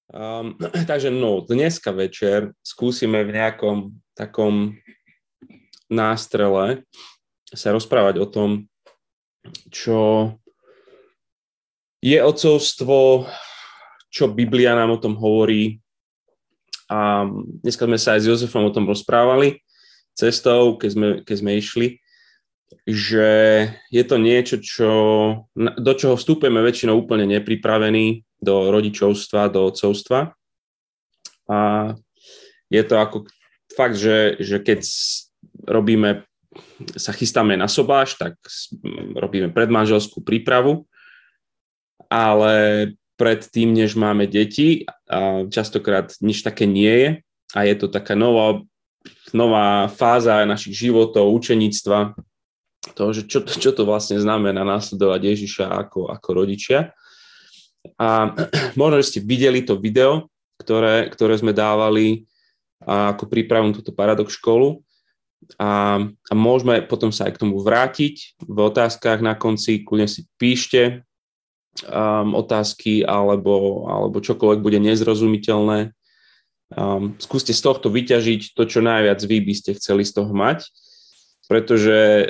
Takže dneska večer skúsime v nejakom takom nástrele sa rozprávať o tom, čo je otcovstvo, čo Biblia nám o tom hovorí. A dneska sme sa aj s Jozefom o tom rozprávali cestou, keď sme išli, že je to niečo, do čoho vstúpime väčšinou úplne nepripravení, do rodičovstva, do otcovstva. A je to ako fakt, že keď sa chystáme na sobáš, tak robíme predmanželskú prípravu, ale predtým, než máme deti, častokrát nič také nie je a je to taká nová fáza našich životov, učeníctva, toho, že čo to vlastne znamená nasledovať Ježiša ako rodičia. A možno, že ste videli to video, ktoré sme dávali ako prípravu na túto Paradox školu a môžeme potom sa aj k tomu vrátiť v otázkach na konci, kľudne si píšte otázky alebo čokoľvek bude nezrozumiteľné. Skúste z tohto vyťažiť to, čo najviac vy by ste chceli z toho mať, pretože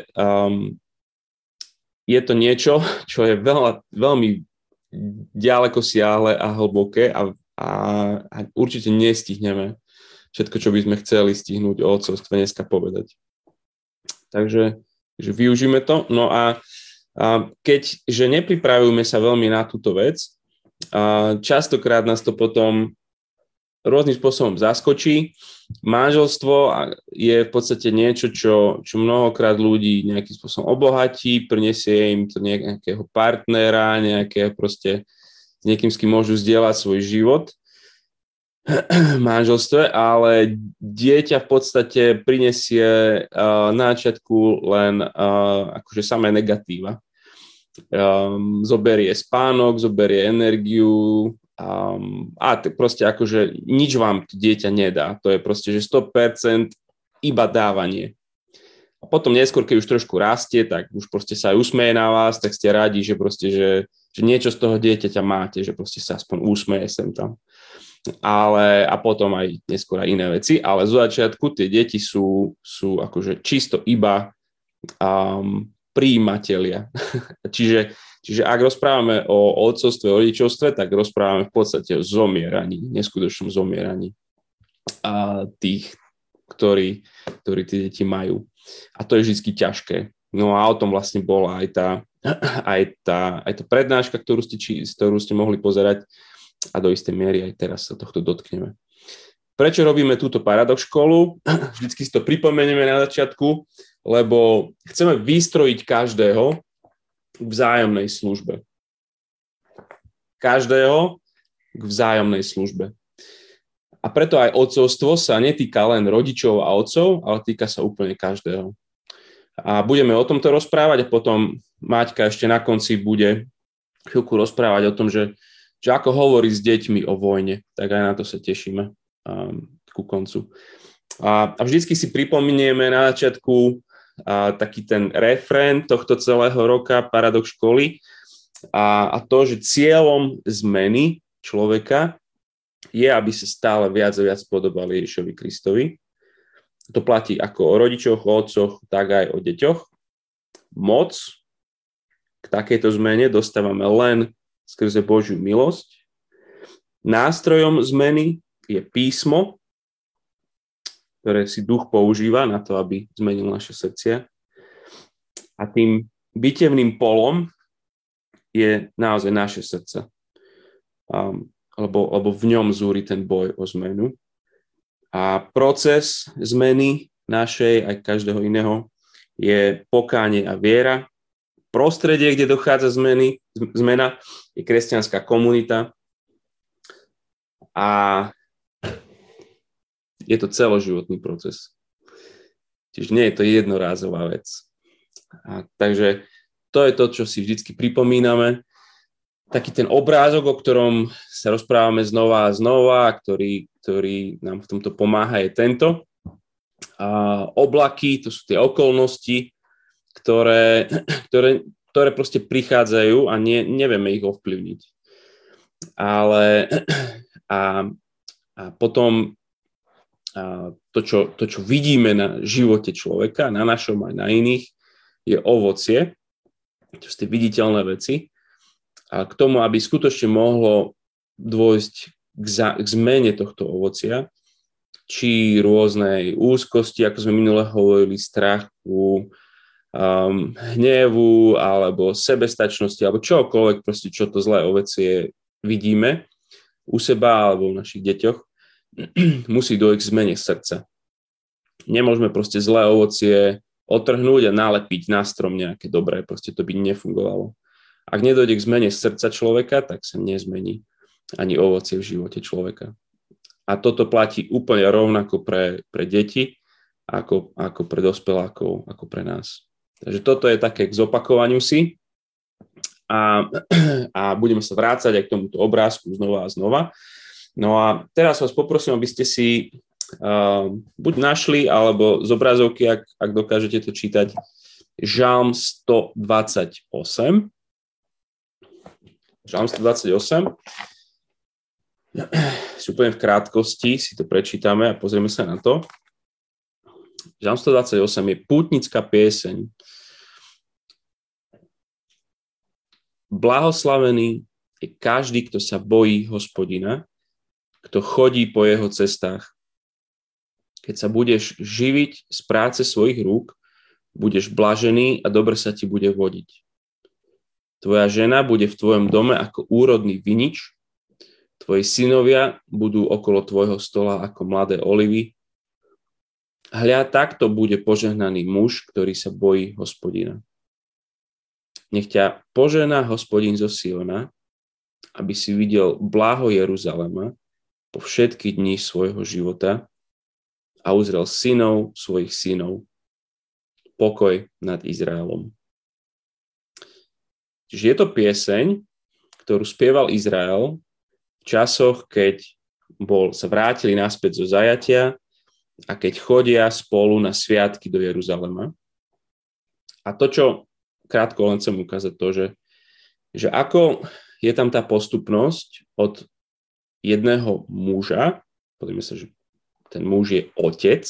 je to niečo, čo je veľmi ďaleko siahle a hlboké a určite nestihneme všetko, čo by sme chceli stihnúť o otcovstve dneska povedať. Takže využíme to. No a keďže nepripravujeme sa veľmi na túto vec, častokrát nás to potom rôznym spôsobom zaskočí. Manželstvo je v podstate niečo, čo mnohokrát ľudí nejakým spôsobom obohatí, prinesie im to nejakého partnera, s niekým, s kým môžu zdieľať svoj život v manželstve, ale dieťa v podstate prinesie na začiatku len akože samé negatíva. Zoberie spánok, zoberie energiu, proste akože nič vám to dieťa nedá. To je proste, že 100% iba dávanie. A potom neskôr, keď už trošku rastie, tak už proste sa aj usmeje na vás, tak ste radi, že proste, že niečo z toho dieťaťa máte, že proste sa aspoň usmeje sem tam. A potom aj neskôr aj iné veci, ale zo začiatku tie deti sú akože čisto iba prijímatelia. Čiže ak rozprávame o otcovstve, o rodičovstve, tak rozprávame v podstate o zomieraní, neskutočnom zomieraní tých, ktorí tie deti majú. A to je vždy ťažké. No a o tom vlastne bola aj tá prednáška, ktorú ste mohli pozerať a do istej miery aj teraz sa tohto dotkneme. Prečo robíme túto Paradox školu? Vždycky si to pripomenieme na začiatku, lebo chceme vystrojiť každého k vzájomnej službe. Každého k vzájomnej službe. A preto aj otcovstvo sa netýka len rodičov a otcov, ale týka sa úplne každého. A budeme o tomto rozprávať a potom Maťka ešte na konci bude chvíľku rozprávať o tom, že ako hovorí s deťmi o vojne. Tak aj na to sa tešíme ku koncu. A vždycky si pripomenieme na začiatku taký ten refrén tohto celého roka Paradox školy a to, že cieľom zmeny človeka je, aby sa stále viac a viac podobal Ježišovi Kristovi. To platí ako o rodičoch, o otcoch, tak aj o deťoch. Moc k takejto zmene dostávame len skrze Božiu milosť. Nástrojom zmeny je písmo, ktoré si duch používa na to, aby zmenil naše srdcia. A tým bitevným polom je naozaj naše srdce. Lebo v ňom zúri ten boj o zmenu. A proces zmeny našej, aj každého iného, je pokánie a viera. Prostredie, kde dochádza zmena, je kresťanská komunita. A je to celoživotný proces. Čiže nie je to jednorázová vec. Takže to je to, čo si vždycky pripomíname. Taký ten obrázok, o ktorom sa rozprávame znova a znova, ktorý nám v tomto pomáha, je tento. Oblaky, to sú tie okolnosti, ktoré proste prichádzajú a nevieme ich ovplyvniť. Ale a potom to, čo vidíme na živote človeka, na našom aj na iných, je ovocie, to sú tie viditeľné veci. A k tomu, aby skutočne mohlo dôjsť k zmene tohto ovocia, či rôznej úzkosti, ako sme minule hovorili, strachu, hnevu, alebo sebestačnosti, alebo čokoľvek, proste čo to zlé ovocie vidíme u seba alebo v našich deťoch, musí dojsť k zmene srdca. Nemôžeme proste zlé ovocie odtrhnúť a nalepiť na strom nejaké dobré, proste to by nefungovalo. Ak nedojde k zmene srdca človeka, tak sa nezmení ani ovocie v živote človeka. A toto platí úplne rovnako pre deti, ako pre dospelákov, ako pre nás. Takže toto je také k zopakovaniu si a budeme sa vrácať aj k tomuto obrázku znova a znova. No a teraz vás poprosím, aby ste si buď našli, alebo z obrazovky, ak dokážete to čítať, Žalm 128. Žalm 128. Úplne v krátkosti si to prečítame a pozrieme sa na to. Žalm 128 je pútnická pieseň. Blahoslavený je každý, kto sa bojí Hospodina, kto chodí po jeho cestách. Keď sa budeš živiť z práce svojich rúk, budeš blažený a dobre sa ti bude vodiť. Tvoja žena bude v tvojom dome ako úrodný vinič, tvoji synovia budú okolo tvojho stola ako mladé olivy. Hľa, takto bude požehnaný muž, ktorý sa bojí Hospodina. Nech ťa požehná Hospodin zo Siona, aby si videl bláho Jeruzalema po všetky dni svojho života a uzrel synov svojich synov. Pokoj nad Izraelom. Čiže je to pieseň, ktorú spieval Izrael v časoch, keď sa vrátili naspäť zo zajatia a keď chodia spolu na sviatky do Jeruzalema. A to, čo krátko len chcem ukázať to, že ako je tam tá postupnosť od jedného muža, pozrieme sa, že ten muž je otec,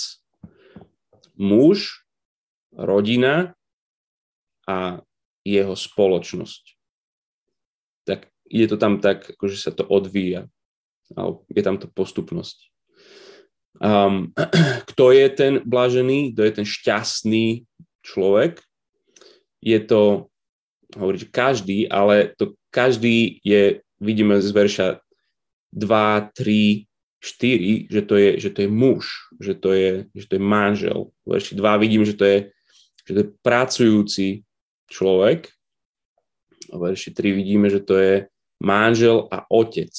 muž, rodina a jeho spoločnosť. Tak je to tam tak, akože sa to odvíja. Je tam to postupnosť. Kto je ten blažený, kto je ten šťastný človek? Je to, hovorí, že každý, ale to každý je, vidíme z verša 2, 3, 4, že to je muž, že to je manžel. V verši 2 vidím, že to je pracujúci človek. A v verši 3 vidíme, že to je manžel a otec.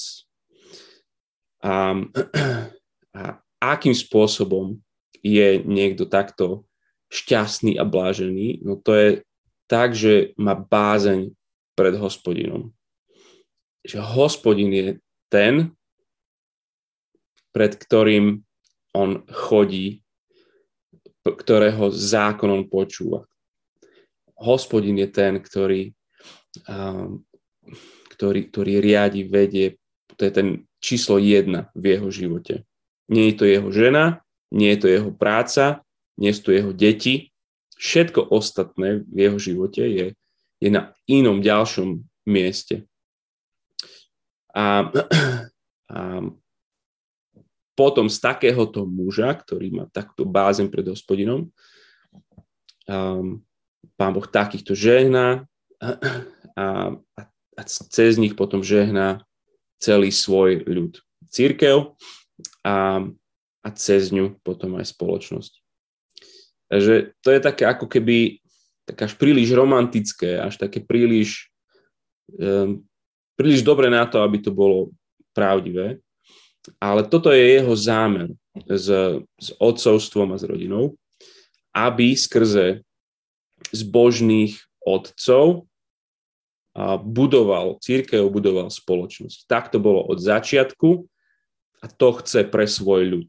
A akým spôsobom je niekto takto šťastný a blážený? No to je tak, že má bázeň pred Hospodinom. Že Hospodin je ten, pred ktorým on chodí, ktorého zákon on počúva. Hospodin je ten, ktorý riadi, vedie, to je ten číslo 1 v jeho živote. Nie je to jeho žena, nie je to jeho práca, nie sú to jeho deti. Všetko ostatné v jeho živote je na inom ďalšom mieste. A potom z takéhoto muža, ktorý má takúto bázeň pred Hospodinom, Pán Boh takýchto žehná a cez nich potom žehná celý svoj ľud. Cirkev a cez ňu potom aj spoločnosť. Takže to je také ako keby tak až príliš romantické, až také príliš dobre na to, aby to bolo pravdivé. Ale toto je jeho zámer s otcovstvom a s rodinou, aby skrze zbožných otcov budoval cirkev, budoval spoločnosť. Tak to bolo od začiatku a to chce pre svoj ľud.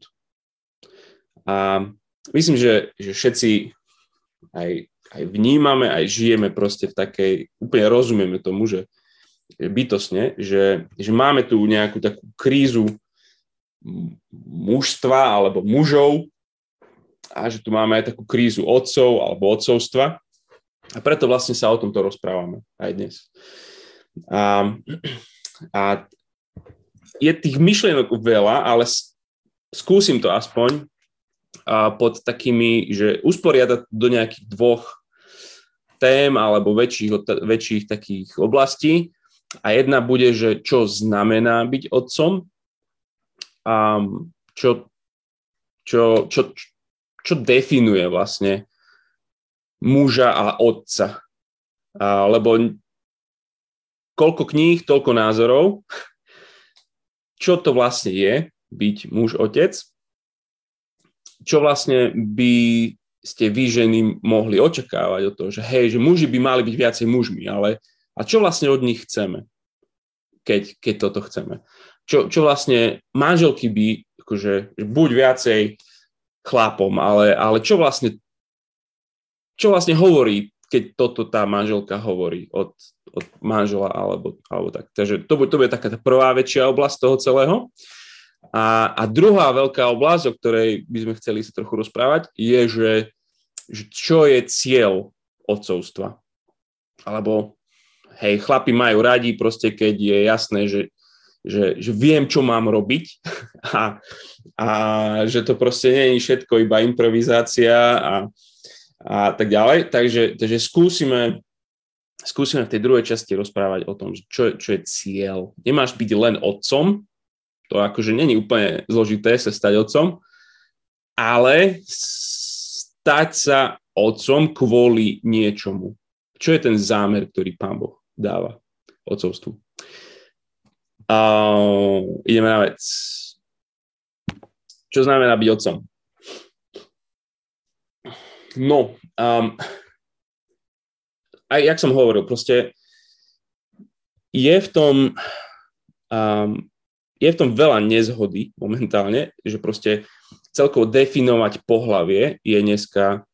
A myslím, že všetci aj vnímame, aj žijeme proste v takej, úplne rozumieme tomu, že bytostne, že máme tu nejakú takú krízu mužstva alebo mužov a že tu máme aj takú krízu otcov alebo otcovstva. A preto vlastne sa o tomto rozprávame aj dnes. A je tých myšlienok veľa, ale skúsim to aspoň pod takými, že usporiadať do nejakých dvoch tém alebo väčších takých oblastí. A jedna bude, že čo znamená byť otcom a čo definuje vlastne muža a otca. Lebo koľko kníh, toľko názorov. Čo to vlastne je byť muž, otec? Čo vlastne by ste vy ženy mohli očakávať od toho, že hej, že muži by mali byť viacej mužmi, ale a čo vlastne od nich chceme, keď toto chceme? Čo vlastne manželky by, akože, buď viacej chlapom, ale čo vlastne hovorí, keď toto tá manželka hovorí od manžela alebo tak. Takže to bude taká tá prvá väčšia oblasť toho celého. A druhá veľká oblasť, o ktorej by sme chceli sa trochu rozprávať, je, že čo je cieľ otcovstva. Alebo hej, chlapi majú radi proste, keď je jasné, že viem, čo mám robiť a že to proste nie je všetko iba improvizácia a tak ďalej. Takže skúsime v tej druhej časti rozprávať o tom, čo je cieľ. Nemáš byť len otcom, to akože nie je úplne zložité sa stať otcom, ale stať sa otcom kvôli niečomu. Čo je ten zámer, ktorý Pán Boh dáva otcovstvu? Ideme na vec. Čo znamená byť otcom? No, aj jak som hovoril, proste je v tom veľa nezhody momentálne, že proste celkovo definovať pohlavie je dneska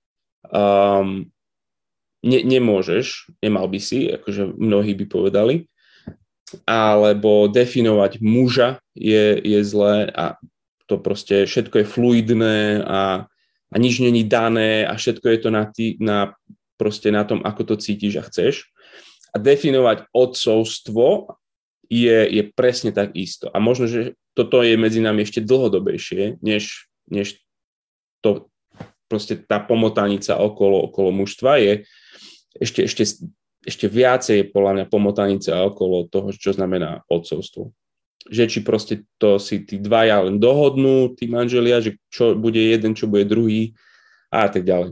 nemôžeš, nemal by si, akože mnohí by povedali, alebo definovať muža je zlé a to proste všetko je fluidné a nič není dané a všetko je to proste na tom, ako to cítiš a chceš. A definovať otcovstvo je presne tak isto. A možno, že toto je medzi nami ešte dlhodobejšie, než to proste tá pomotanica okolo mužstva je ešte viacej podľa mňa pomotanica okolo toho, čo znamená otcovstvo. Že či proste to si tí dvaja len dohodnú, tí manželia, že čo bude jeden, čo bude druhý a tak ďalej.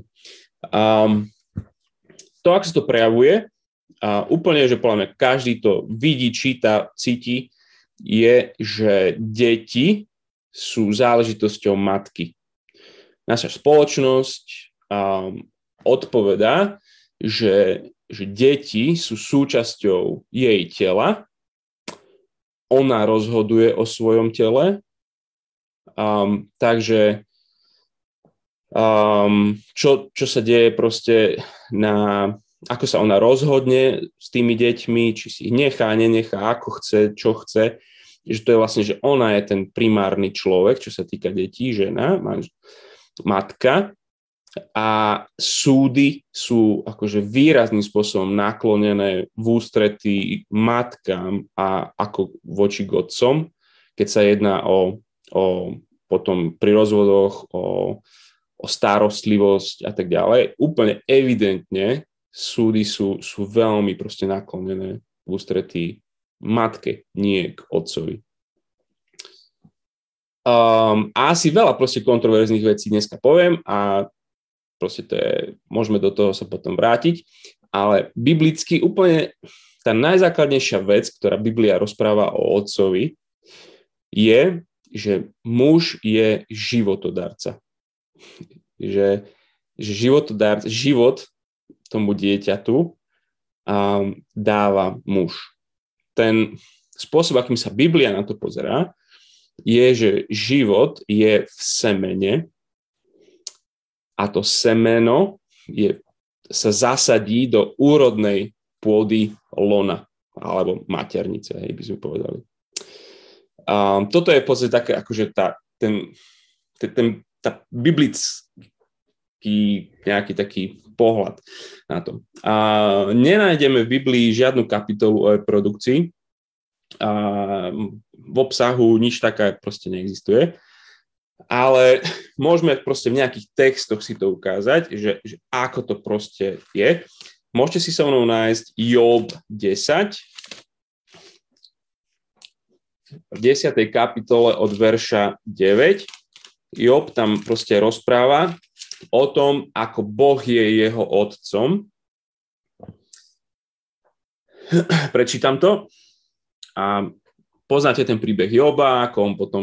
To, ako sa to prejavuje, úplne, že podľa mňa každý to vidí, číta, cíti, je, že deti sú záležitosťou matky. Naša spoločnosť odpovedá, že deti sú súčasťou jej tela, ona rozhoduje o svojom tele, takže čo sa deje proste ako sa ona rozhodne s tými deťmi, či si ich nechá, nenechá, ako chce, čo chce, že to je vlastne, že ona je ten primárny človek, čo sa týka detí, žena, matka, a súdy sú akože výrazným spôsobom naklonené v ústretí matkám a ako voči otcom, keď sa jedná o potom pri rozvodoch, o starostlivosť a tak ďalej. Úplne evidentne súdy sú veľmi proste naklonené v ústretí matke, nie k otcovi. A asi veľa proste kontroverzných vecí dneska poviem a proste môžeme do toho sa potom vrátiť, ale biblicky úplne tá najzákladnejšia vec, ktorá Biblia rozpráva o otcovi, je, že muž je životodarca. Že životodarca, život tomu dieťatu dáva muž. Ten spôsob, akým sa Biblia na to pozerá, je, že život je v semene a to semeno sa zasadí do úrodnej pôdy lona alebo maternice, by sme povedali. Toto je v podstate také, akože tá biblický nejaký taký pohľad na to. Nenájdeme v Biblii žiadnu kapitolu o reprodukcii. V obsahu nič také proste neexistuje. Ale môžeme proste v nejakých textoch si to ukázať, že ako to proste je. Môžete si so mnou nájsť Job 10. V 10. kapitole od verša 9. Job tam proste rozpráva o tom, ako Boh je jeho otcom. Prečítam to. A poznáte ten príbeh Joba, ako on potom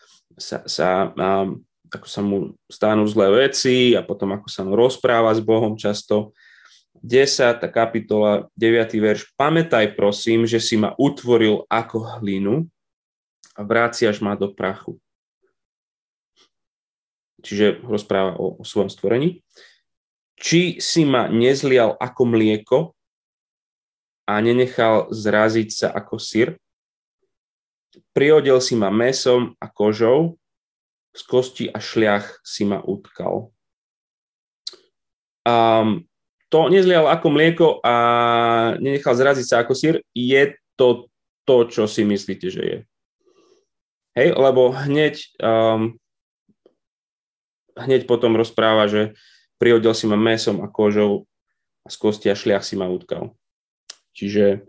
ako sa mu stanú zlé veci a potom ako sa mu rozpráva s Bohom často. 10. kapitola, 9. verš. Pamätaj prosím, že si ma utvoril ako hlinu a vraciaš ma do prachu. Čiže rozpráva o svojom stvorení. Či si ma nezlial ako mlieko a nenechal zraziť sa ako syr? Prihodil si ma mäsom a kožou, z kosti a šľach si ma utkal. To nezlial ako mlieko a nenechal zraziť sa ako syr, je to, čo si myslíte, že je. Hej, lebo hneď potom rozpráva, že prihodil si ma mäsom a kožou a z kosti a šľach si ma utkal. Čiže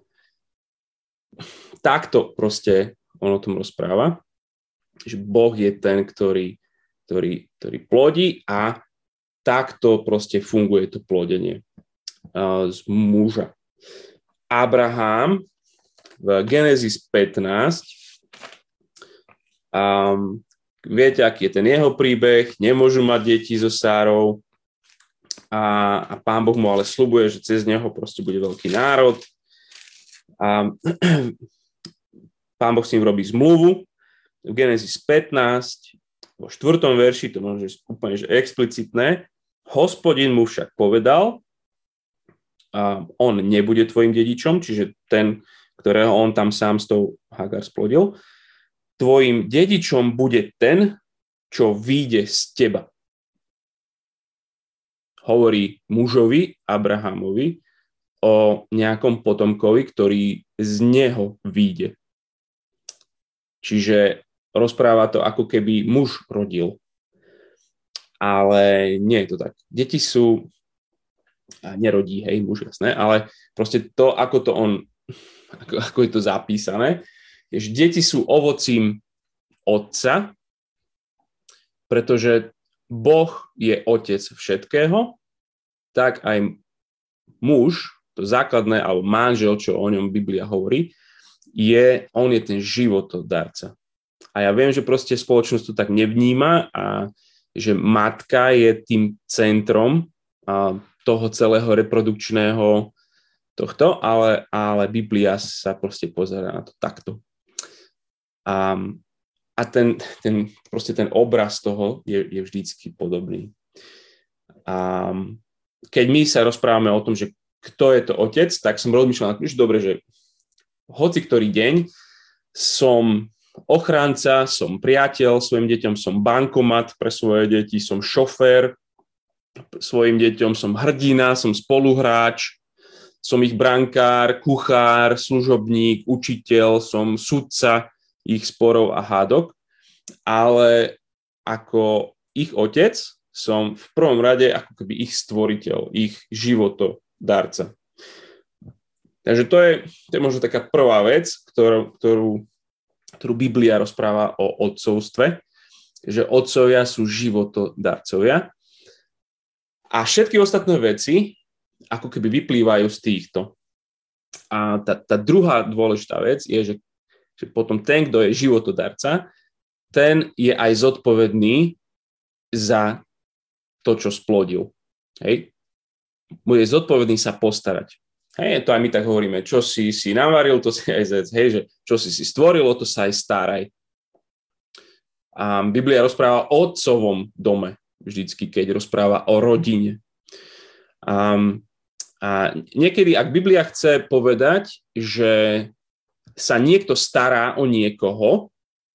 takto proste on o tom rozpráva, že Boh je ten, ktorý plodí a takto proste funguje to plodenie z muža. Abraham v Genesis 15, viete, aký je ten jeho príbeh, nemôžu mať deti so Sárou a Pán Boh mu ale sľubuje, že cez neho proste bude veľký národ. A Pán Boh s ním robí zmluvu. V Genesis 15, vo 4. verši, to môže úplne explicitné, Hospodin mu však povedal, on nebude tvojim dedičom, čiže ten, ktorého on tam sám s tou Hagar splodil, tvojim dedičom bude ten, čo vyjde z teba. Hovorí mužovi Abrahamovi o nejakom potomkovi, ktorý z neho vyjde. Čiže rozpráva to, ako keby muž rodil. Ale nie je to tak. Deti sú, nerodí, hej, muž, jasné, ale proste to, ako je to zapísané, je, že deti sú ovocím otca, pretože Boh je otec všetkého, tak aj muž, to základné, alebo manžel, čo o ňom Biblia hovorí, on je ten životodarca. A ja viem, že proste spoločnosť to tak nevníma a že matka je tým centrom toho celého reprodukčného tohto, ale Biblia sa proste pozerá na to takto. A ten obraz toho je vždycky podobný. Keď my sa rozprávame o tom, že kto je to otec, tak som rozmýšľal, že dobre, že hoci ktorý deň som ochránca, som priateľ svojim deťom, som bankomat pre svoje deti, som šofér svojim deťom, som hrdina, som spoluhráč, som ich brankár, kuchár, služobník, učiteľ, som sudca ich sporov a hádok, ale ako ich otec som v prvom rade ako keby ich stvoriteľ, ich životodarca. Takže to je možno taká prvá vec, ktorú Biblia rozpráva o otcovstve, že otcovia sú životodarcovia a všetky ostatné veci ako keby vyplývajú z týchto. A tá druhá dôležitá vec je, že potom ten, kto je životodarca, ten je aj zodpovedný za to, čo splodil. Hej? Bude zodpovedný sa postarať. Hej, to aj my tak hovoríme, čo si navaril, to si aj zjedz, hej, že čo si stvoril, o to sa aj staraj. A Biblia rozpráva o otcovom dome, vždycky, keď rozpráva o rodine. A niekedy, ak Biblia chce povedať, že sa niekto stará o niekoho,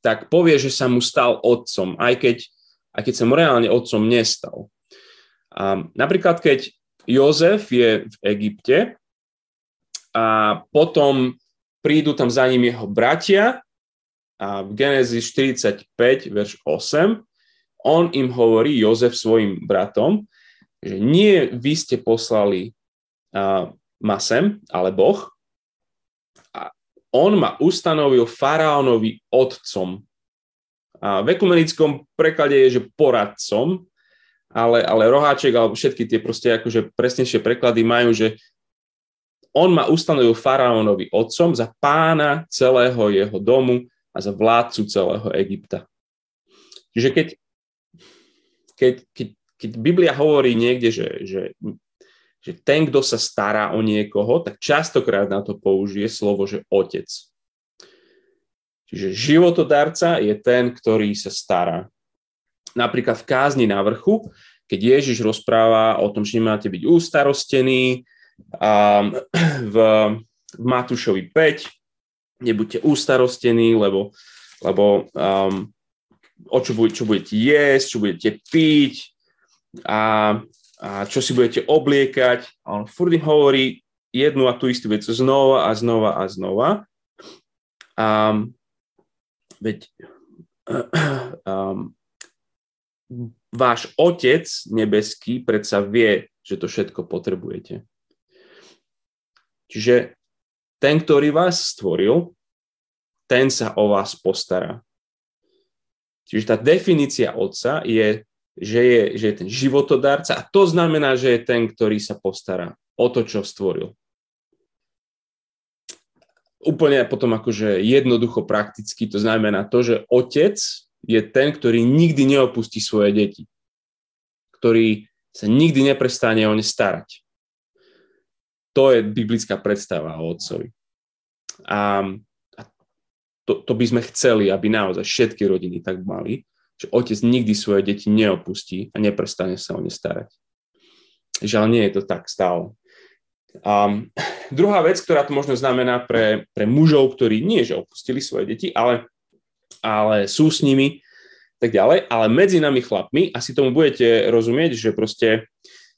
tak povie, že sa mu stal otcom, aj keď sa mu reálne otcom nestal. A napríklad, keď Jozef je v Egypte a potom prídu tam za ním jeho bratia a v Genesis 45, verš 8, on im hovorí, Jozef svojim bratom, že nie vy ste poslali ma sem, ale Boh, a on ma ustanovil faraónovi otcom. A v ekumenickom preklade je, že poradcom, ale Roháček alebo všetky tie proste akože presnejšie preklady majú, že on ma ustanovil faraónovi otcom za pána celého jeho domu a za vládcu celého Egypta. Čiže keď Biblia hovorí niekde, že ten, kto sa stará o niekoho, tak častokrát na to použije slovo, že otec. Čiže životodarca je ten, ktorý sa stará. Napríklad v kázni na vrchu, keď Ježiš rozpráva o tom, že nemáte byť ústarostení, v Matúšovi 5, nebuďte ústarostení, lebo čo budete jesť, čo budete piť a čo si budete obliekať. A on furt im hovorí jednu a tú istú vec znova a znova a znova. Váš Otec nebeský predsa vie, že to všetko potrebujete. Čiže ten, ktorý vás stvoril, ten sa o vás postará. Čiže tá definícia otca je, že je ten životodárca a to znamená, že je ten, ktorý sa postará o to, čo stvoril. Úplne potom akože jednoducho prakticky to znamená to, že otec je ten, ktorý nikdy neopustí svoje deti. Ktorý sa nikdy neprestane o ne starať. To je biblická predstava o otcovi. A to by sme chceli, aby naozaj všetky rodiny tak mali, že otec nikdy svoje deti neopustí a neprestane sa o ne starať. Žiaľ, nie je to tak stále. Druhá vec, ktorá to možno znamená pre mužov, ktorí nie, že opustili svoje deti, ale sú s nimi, tak ďalej, ale medzi nami chlapmi, asi tomu budete rozumieť, že proste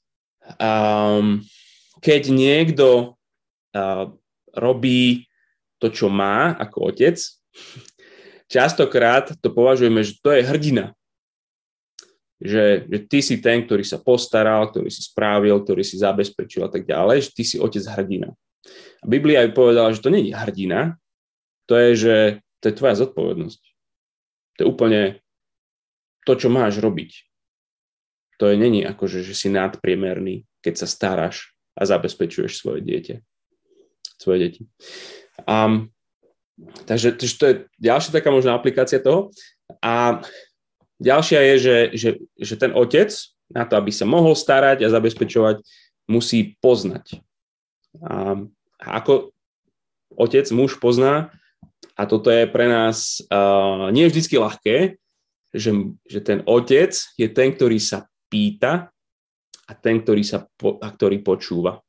keď niekto robí to, čo má ako otec, častokrát to považujeme, že to je hrdina. Že ty si ten, ktorý sa postaral, ktorý si správil, ktorý si zabezpečil a tak ďalej, že ty si otec hrdina. A Biblia aj povedala, že to nie je hrdina, to je tvoja zodpovednosť. To je úplne to, čo máš robiť. To není akože, že si nadpriemerný, keď sa staráš a zabezpečuješ svoje deti. Takže to je ďalšia taká možná aplikácia toho. A ďalšia je, že ten otec na to, aby sa mohol starať a zabezpečovať, musí poznať. A ako otec, muž pozná, a toto je pre nás nie vždycky ľahké, že ten otec je ten, ktorý sa pýta a ten, ktorý počúva.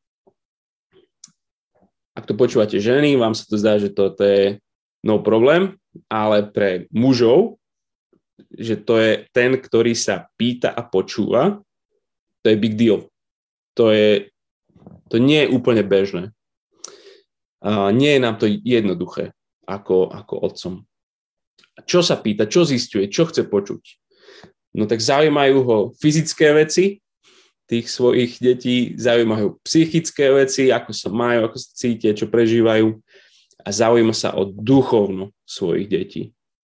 Ak to počúvate ženy, vám sa to zdá, že to je no problém, ale pre mužov, že to je ten, ktorý sa pýta a počúva, to je big deal. To nie je úplne bežné. Nie je nám to jednoduché ako otcom. Čo sa pýta, čo zisťuje, čo chce počuť? No tak zaujímajú ho fyzické veci tých svojich detí, zaujímajú psychické veci, ako sa majú, ako sa cítia, čo prežívajú a zaujíma sa o duchovno svojich detí.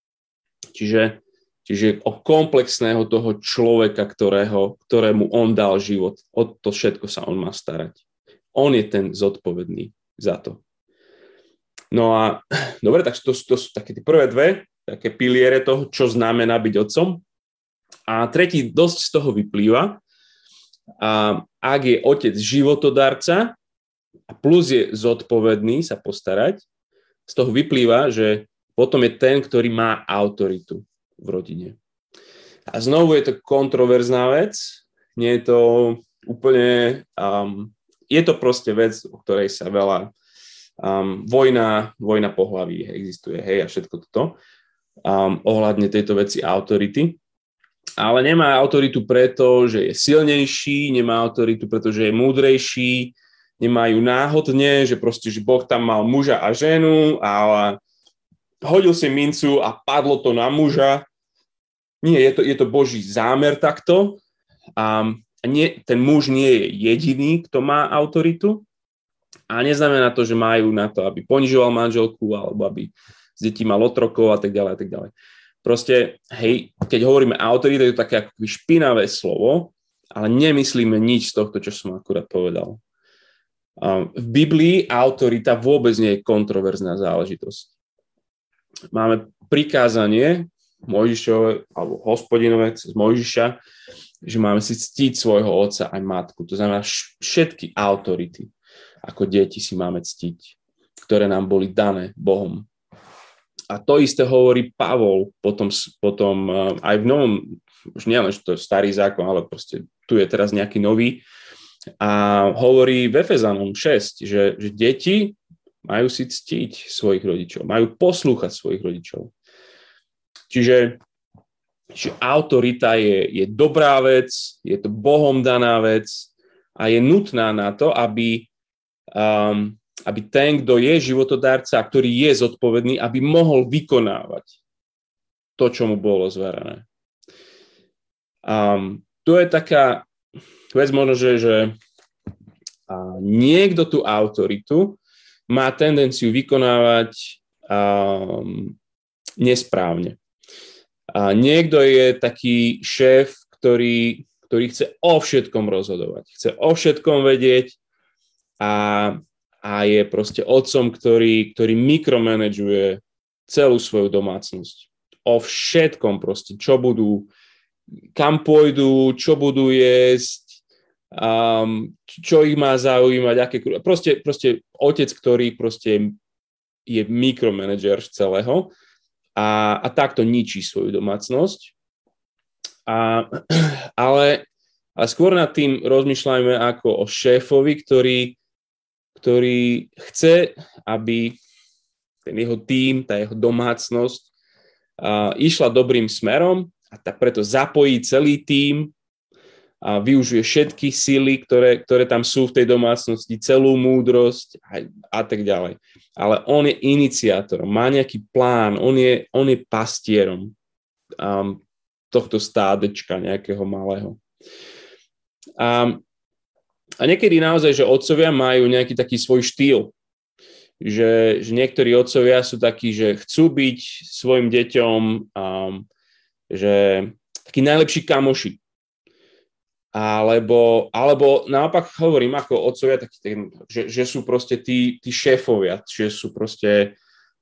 Čiže o komplexného toho človeka, ktorému on dal život. O to všetko sa on má starať. On je ten zodpovedný za to. No a dobre, tak to sú také tie prvé dve, také piliere toho, čo znamená byť otcom. A tretí dosť z toho vyplýva. A ak je otec životodarca a plus je zodpovedný sa postarať, z toho vyplýva, že potom je ten, ktorý má autoritu v rodine. A znovu je to kontroverzná vec, nie je to úplne, je to proste vec, o ktorej sa veľa vojna pohlaví existuje, hej, a všetko toto. ohľadne tejto veci autority. Ale nemá autoritu preto, že je silnejší, nemá autoritu preto, že je múdrejší, nemajú náhodne, že proste, že Boh tam mal muža a ženu a hodil si mincu a padlo to na muža. Nie, je to Boží zámer takto. A ten muž nie je jediný, kto má autoritu. A neznamená to, že majú na to, aby ponižoval manželku alebo aby z detí mal otrokov a tak ďalej a tak ďalej. Proste, hej, keď hovoríme autorita, je to také ako špinavé slovo, ale nemyslíme nič z tohto, čo som akurát povedal. V Biblii autorita vôbec nie je kontroverzná záležitosť. Máme prikázanie Mojžišove alebo Hospodinové cez Mojžiša, že máme si ctiť svojho otca aj matku. To znamená, všetky autority ako deti si máme ctiť, ktoré nám boli dané Bohom. A to isté hovorí Pavol potom aj v novom, už nie len, že to je starý zákon, ale proste tu je teraz nejaký nový. A hovorí v Efezanom 6, že deti majú si ctiť svojich rodičov, majú poslúchať svojich rodičov. Čiže autorita je dobrá vec, je to Bohom daná vec a je nutná na to, aby ten, kto je životodárca, ktorý je zodpovedný, aby mohol vykonávať to, čo mu bolo zverené. Tu je taká vec možno, že niekto tú autoritu má tendenciu vykonávať nesprávne. Niekto je taký šéf, ktorý chce o všetkom rozhodovať, chce o všetkom vedieť a je proste otcom, ktorý mikromanaguje celú svoju domácnosť. O všetkom proste, čo budú, kam pôjdu, čo budú jesť, čo ich má zaujímať, proste otec, ktorý proste je mikromanager celého a takto ničí svoju domácnosť. Ale skôr nad tým rozmýšľajme ako o šéfovi, ktorý chce, aby ten jeho tím, tá jeho domácnosť išla dobrým smerom a tak preto zapojí celý tím a využije všetky síly, ktoré tam sú v tej domácnosti, celú múdrosť a tak ďalej. Ale on je iniciátorom, má nejaký plán, on je pastierom tohto stádečka nejakého malého. A niekedy naozaj, že otcovia majú nejaký taký svoj štýl. Že niektorí otcovia sú takí, že chcú byť svojim deťom že takí najlepší kamoši. Alebo naopak hovorím ako otcovia, takí, že sú proste tí šéfovia, že sú proste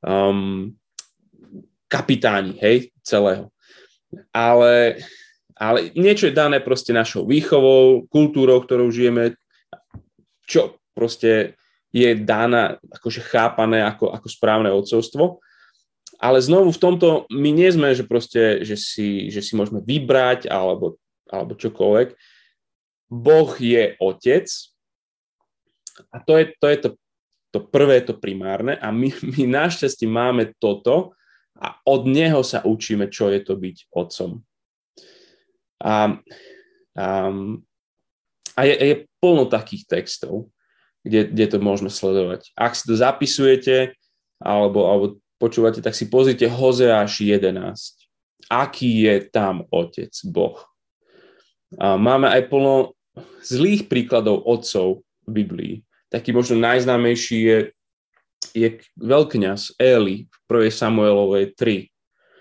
kapitáni, hej, celého. Ale niečo je dané proste našou výchovou, kultúrou, ktorou žijeme, čo proste je dané, akože chápané ako správne otcovstvo. Ale znovu v tomto my nie sme, že proste, že si môžeme vybrať alebo čokoľvek. Boh je otec a to je to prvé, to primárne a my našťastie máme toto a od neho sa učíme, čo je to byť otcom. A je plno takých textov, kde to môžeme sledovať. Ak si to zapisujete alebo počúvate, tak si pozrite Hozeáš 11. Aký je tam otec, Boh. Máme aj plno zlých príkladov otcov v Biblii. Taký možno najznámejší je veľkňaz Éli v 1. Samuelovej 3,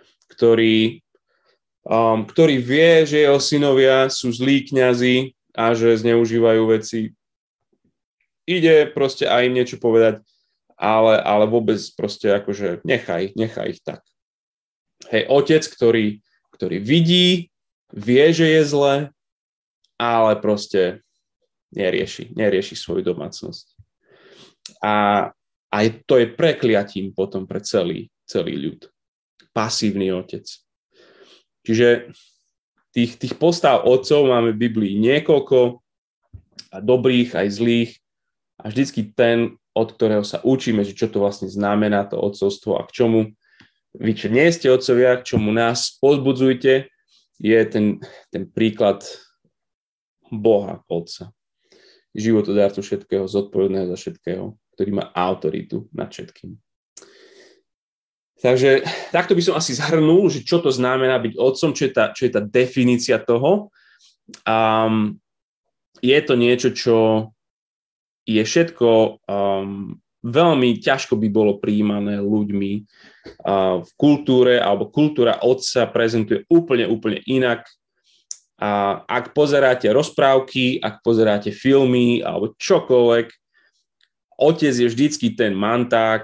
ktorý vie, že jeho synovia sú zlí kňazi a že zneužívajú veci. Ide proste aj im niečo povedať, ale vôbec proste akože nechaj ich tak. Hej, otec, ktorý vidí, vie, že je zle, ale proste nerieši svoju domácnosť. A to je prekliatím potom pre celý ľud. Pasívny otec. Čiže tých postav otcov máme v Biblii niekoľko, a dobrých aj zlých, a vždycky ten, od ktorého sa učíme, že čo to vlastne znamená to otcovstvo a k čomu vy, čo nie ste otcovia, k čomu nás pozbudzujte, je ten príklad Boha, Otca. Životodárcu všetkého, zodpovedného za všetkého, ktorý má autoritu nad všetkým. Takže takto by som asi zhrnul, že čo to znamená byť otcom, čo je tá definícia toho. Je to niečo, čo je všetko veľmi ťažko by bolo prijímané ľuďmi v kultúre, alebo kultúra otca prezentuje úplne inak. A ak pozeráte rozprávky, ak pozeráte filmy alebo čokoľvek, otec je vždycky ten manták.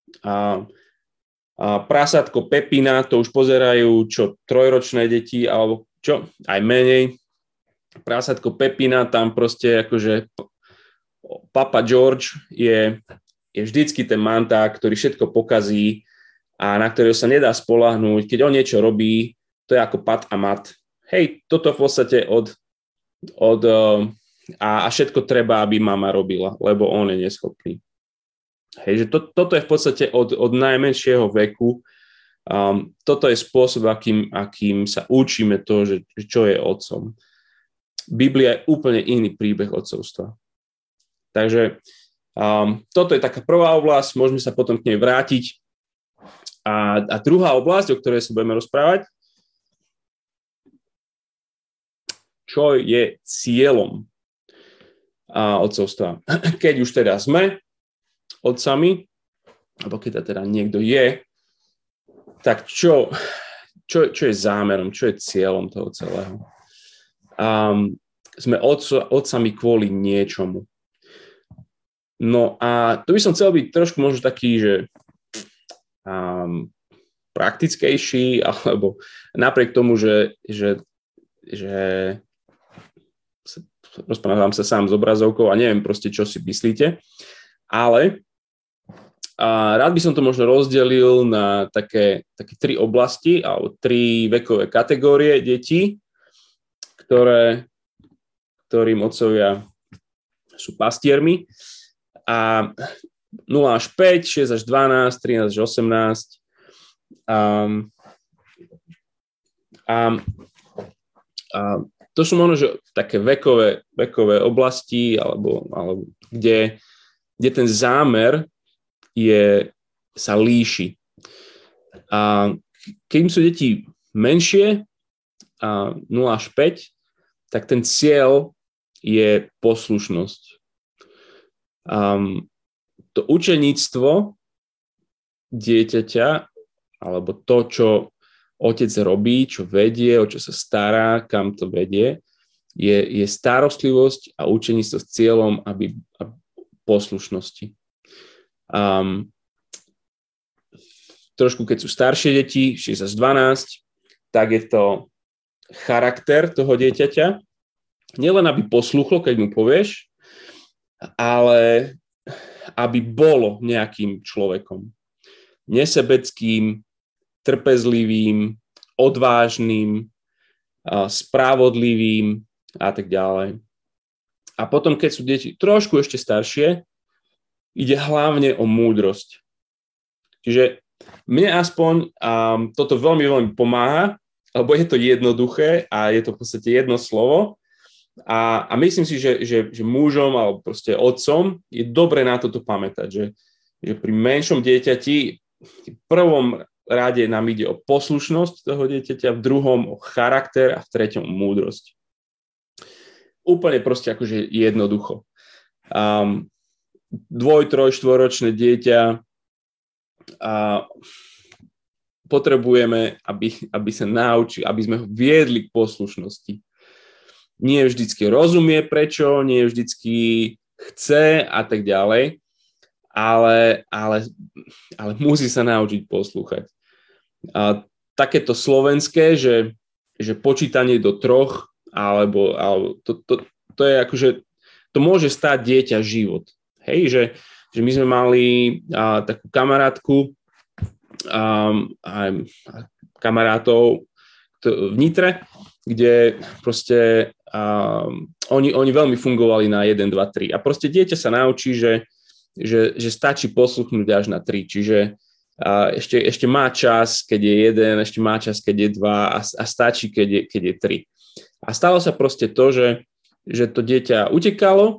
A prasátko Pepina, to už pozerajú čo 3-ročné deti, alebo čo, aj menej. Prasátko Pepina, tam proste akože Papa George je vždycky ten manták, ktorý všetko pokazí a na ktorého sa nedá spoľahnúť. Keď on niečo robí, to je ako pat a mat. Hej, toto v podstate a všetko treba, aby mama robila, lebo on je neschopný. Hej, že toto je v podstate od najmenšieho veku. Toto je spôsob, akým sa učíme to, že čo je otcom. Biblia je úplne iný príbeh otcovstva. Takže toto je taká prvá oblasť, môžeme sa potom k nej vrátiť. A druhá oblasť, o ktorej sa budeme rozprávať, čo je cieľom otcovstva. Keď už teda sme otcami, alebo keď teda niekto je, tak čo je zámerom, čo je cieľom toho celého? Sme otcami kvôli niečomu. No a tu by som chcel byť trošku možno taký, že praktickejší, alebo napriek tomu, že rozprávam sa sám s obrazovkou a neviem proste, čo si myslíte, ale rád by som to možno rozdelil na také 3 oblasti alebo 3 vekové kategórie detí, ktorým otcovia sú pastiermi. A 0 až 5, 6 až 12, 13 až 18. To sú možno, že také vekové oblasti, alebo kde ten zámer sa líši. A keď sú deti menšie, 0 až 5, tak ten cieľ je poslušnosť. To učeníctvo dieťaťa, alebo to, čo otec robí, čo vedie, o čo sa stará, kam to vedie, je starostlivosť a učeníctvo s cieľom poslušnosti. Trošku, keď sú staršie deti, 6 až 12, tak je to charakter toho dieťaťa. Nielen, aby posluchlo, keď mu povieš, ale aby bolo nejakým človekom. Nesebeckým, trpezlivým, odvážnym, spravodlivým a tak ďalej. A potom, keď sú deti trošku ešte staršie, ide hlavne o múdrosť. Čiže mne aspoň toto veľmi, veľmi pomáha, lebo je to jednoduché a je to v podstate jedno slovo. A myslím si, že mužom alebo proste otcom je dobre na toto pamätať, že pri menšom dieťati v prvom rade nám ide o poslušnosť toho dieťaťa, v druhom o charakter a v treťom o múdrosť. Úplne proste akože jednoducho. 2, 3, 4-ročné dieťa potrebujeme, aby sa naučili, aby sme ho viedli k poslušnosti. Nie vždycky rozumie prečo, nie vždycky chce a tak ďalej, ale musí sa naučiť poslúchať. Takéto slovenské, že počítanie do 3, alebo to je akože, to môže stáť dieťa život. Hej, že my sme mali takú kamarátku, kamarátov v Nitre, kde proste oni veľmi fungovali na 1, 2, 3. A proste dieťa sa naučí, že stačí posluchnúť až na 3. Čiže ešte má čas, keď je 1, ešte má čas, keď je 2 a stačí, keď je 3. A stalo sa proste to, že to dieťa utekalo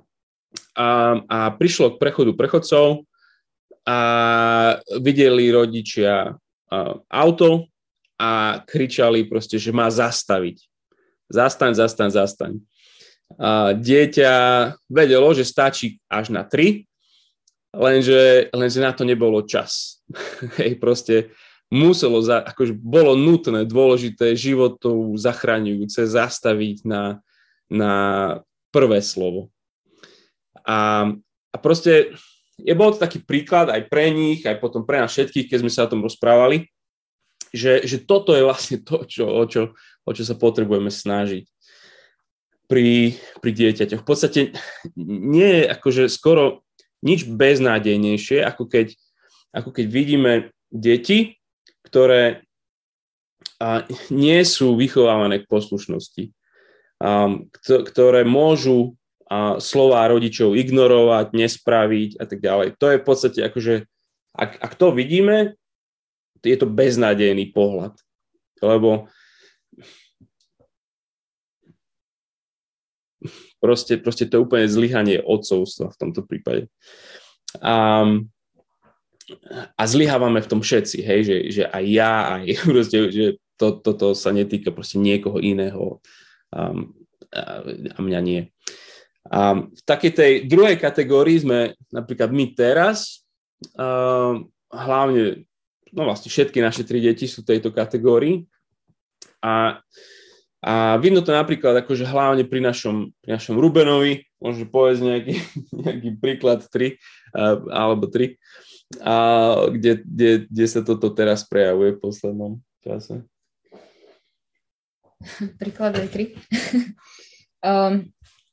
a prišlo k prechodu prechodcov a videli rodičia auto a kričali proste, že má zastaviť. Zastaň. Dieťa vedelo, že stačí až na 3, lenže na to nebolo čas. Hej, proste muselo, akože bolo nutné, dôležité, životov zachraňujúce zastaviť na prvé slovo. A proste bol to taký príklad aj pre nich, aj potom pre nás všetkých, keď sme sa o tom rozprávali, že toto je vlastne to, o čo sa potrebujeme snažiť pri dieťaťoch. V podstate nie je akože skoro nič beznádejnejšie, ako keď vidíme deti, ktoré nie sú vychovávané k poslušnosti, ktoré môžu slová rodičov ignorovať, nespraviť a tak ďalej. To je v podstate akože, ak to vidíme, je to beznádejný pohľad, lebo proste to je úplne zlyhanie otcovstva v tomto prípade. A zlyhávame v tom všetci, hej, že aj ja, aj proste, že toto sa netýka proste niekoho iného a mňa nie. A v takej tej druhej kategórii sme napríklad my teraz, hlavne, no vlastne všetky naše 3 deti sú v tejto kategórii a vidno to napríklad akože hlavne pri našom Rubenovi, môžem povedať nejaký príklad 3 alebo 3, kde sa toto teraz prejavuje v poslednom čase. Príklad aj 3.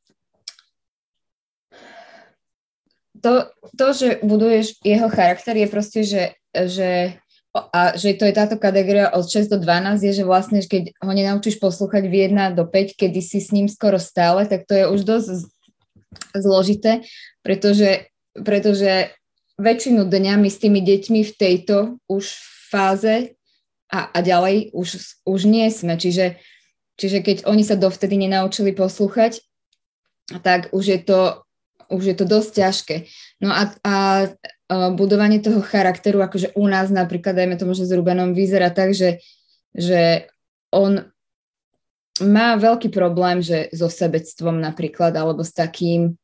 To, že buduješ jeho charakter, je proste, že to je táto kategória od 6 do 12, je, že vlastne, keď ho nenaučíš poslúchať v 1 do 5, kedy si s ním skoro stále, tak to je už dosť zložité, pretože väčšinu dňa my s tými deťmi v tejto už fáze a ďalej už nie sme. Čiže keď oni sa dovtedy nenaučili poslúchať, tak už je to dosť ťažké. No a budovanie toho charakteru, akože u nás napríklad, dajme tomu, že s Rubenom vyzerá tak, že on má veľký problém, že so sebectvom napríklad, alebo s takým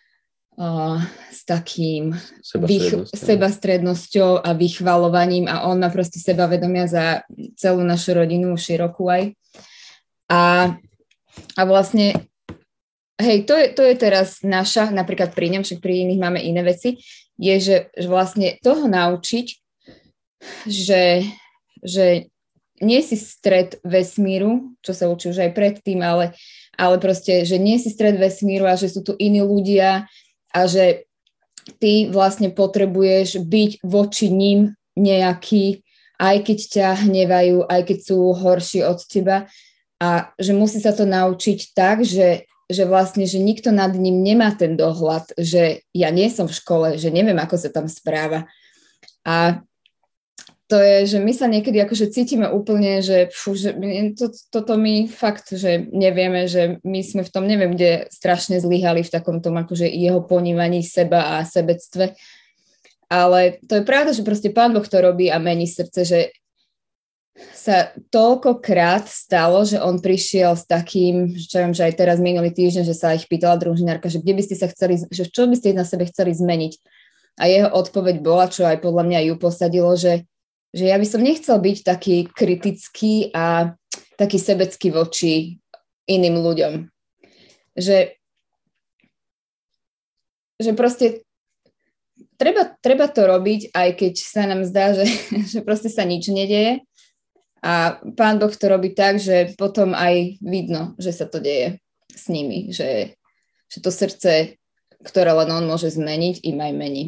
sebastrednosťou a vychvaľovaním a on má proste sebavedomia za celú našu rodinu, širokú aj. A vlastne hej, to je teraz naša, napríklad pri ňom, však pri iných máme iné veci, je, že vlastne toho naučiť, že nie si stred vesmíru, čo sa učí už aj predtým, ale proste, že nie si stred vesmíru a že sú tu iní ľudia a že ty vlastne potrebuješ byť voči ním nejaký, aj keď ťa hnevajú, aj keď sú horší od teba a že musí sa to naučiť tak, že vlastne, že nikto nad ním nemá ten dohľad, že ja nie som v škole, že neviem, ako sa tam správa. A to je, že my sa niekedy akože cítime úplne, že toto my fakt, že nevieme, že my sme v tom, neviem, kde strašne zlyhali v takom tom akože jeho ponímaní seba a sebectve. Ale to je pravda, že proste Pán Boh to robí a mení srdce, že sa toľkokrát stalo, že on prišiel s takým, čo viem, že aj teraz minulý týždeň, že sa ich pýtala družinárka, že kde by ste sa chceli, že čo by ste na sebe chceli zmeniť. A jeho odpoveď bola, čo aj podľa mňa ju posadilo, že ja by som nechcel byť taký kritický a taký sebecký voči iným ľuďom. Že proste treba to robiť, aj keď sa nám zdá, že proste sa nič nedeje. A Pán Boh to robí tak, že potom aj vidno, že sa to deje s nimi, že to srdce, ktoré len on môže zmeniť, im aj mení.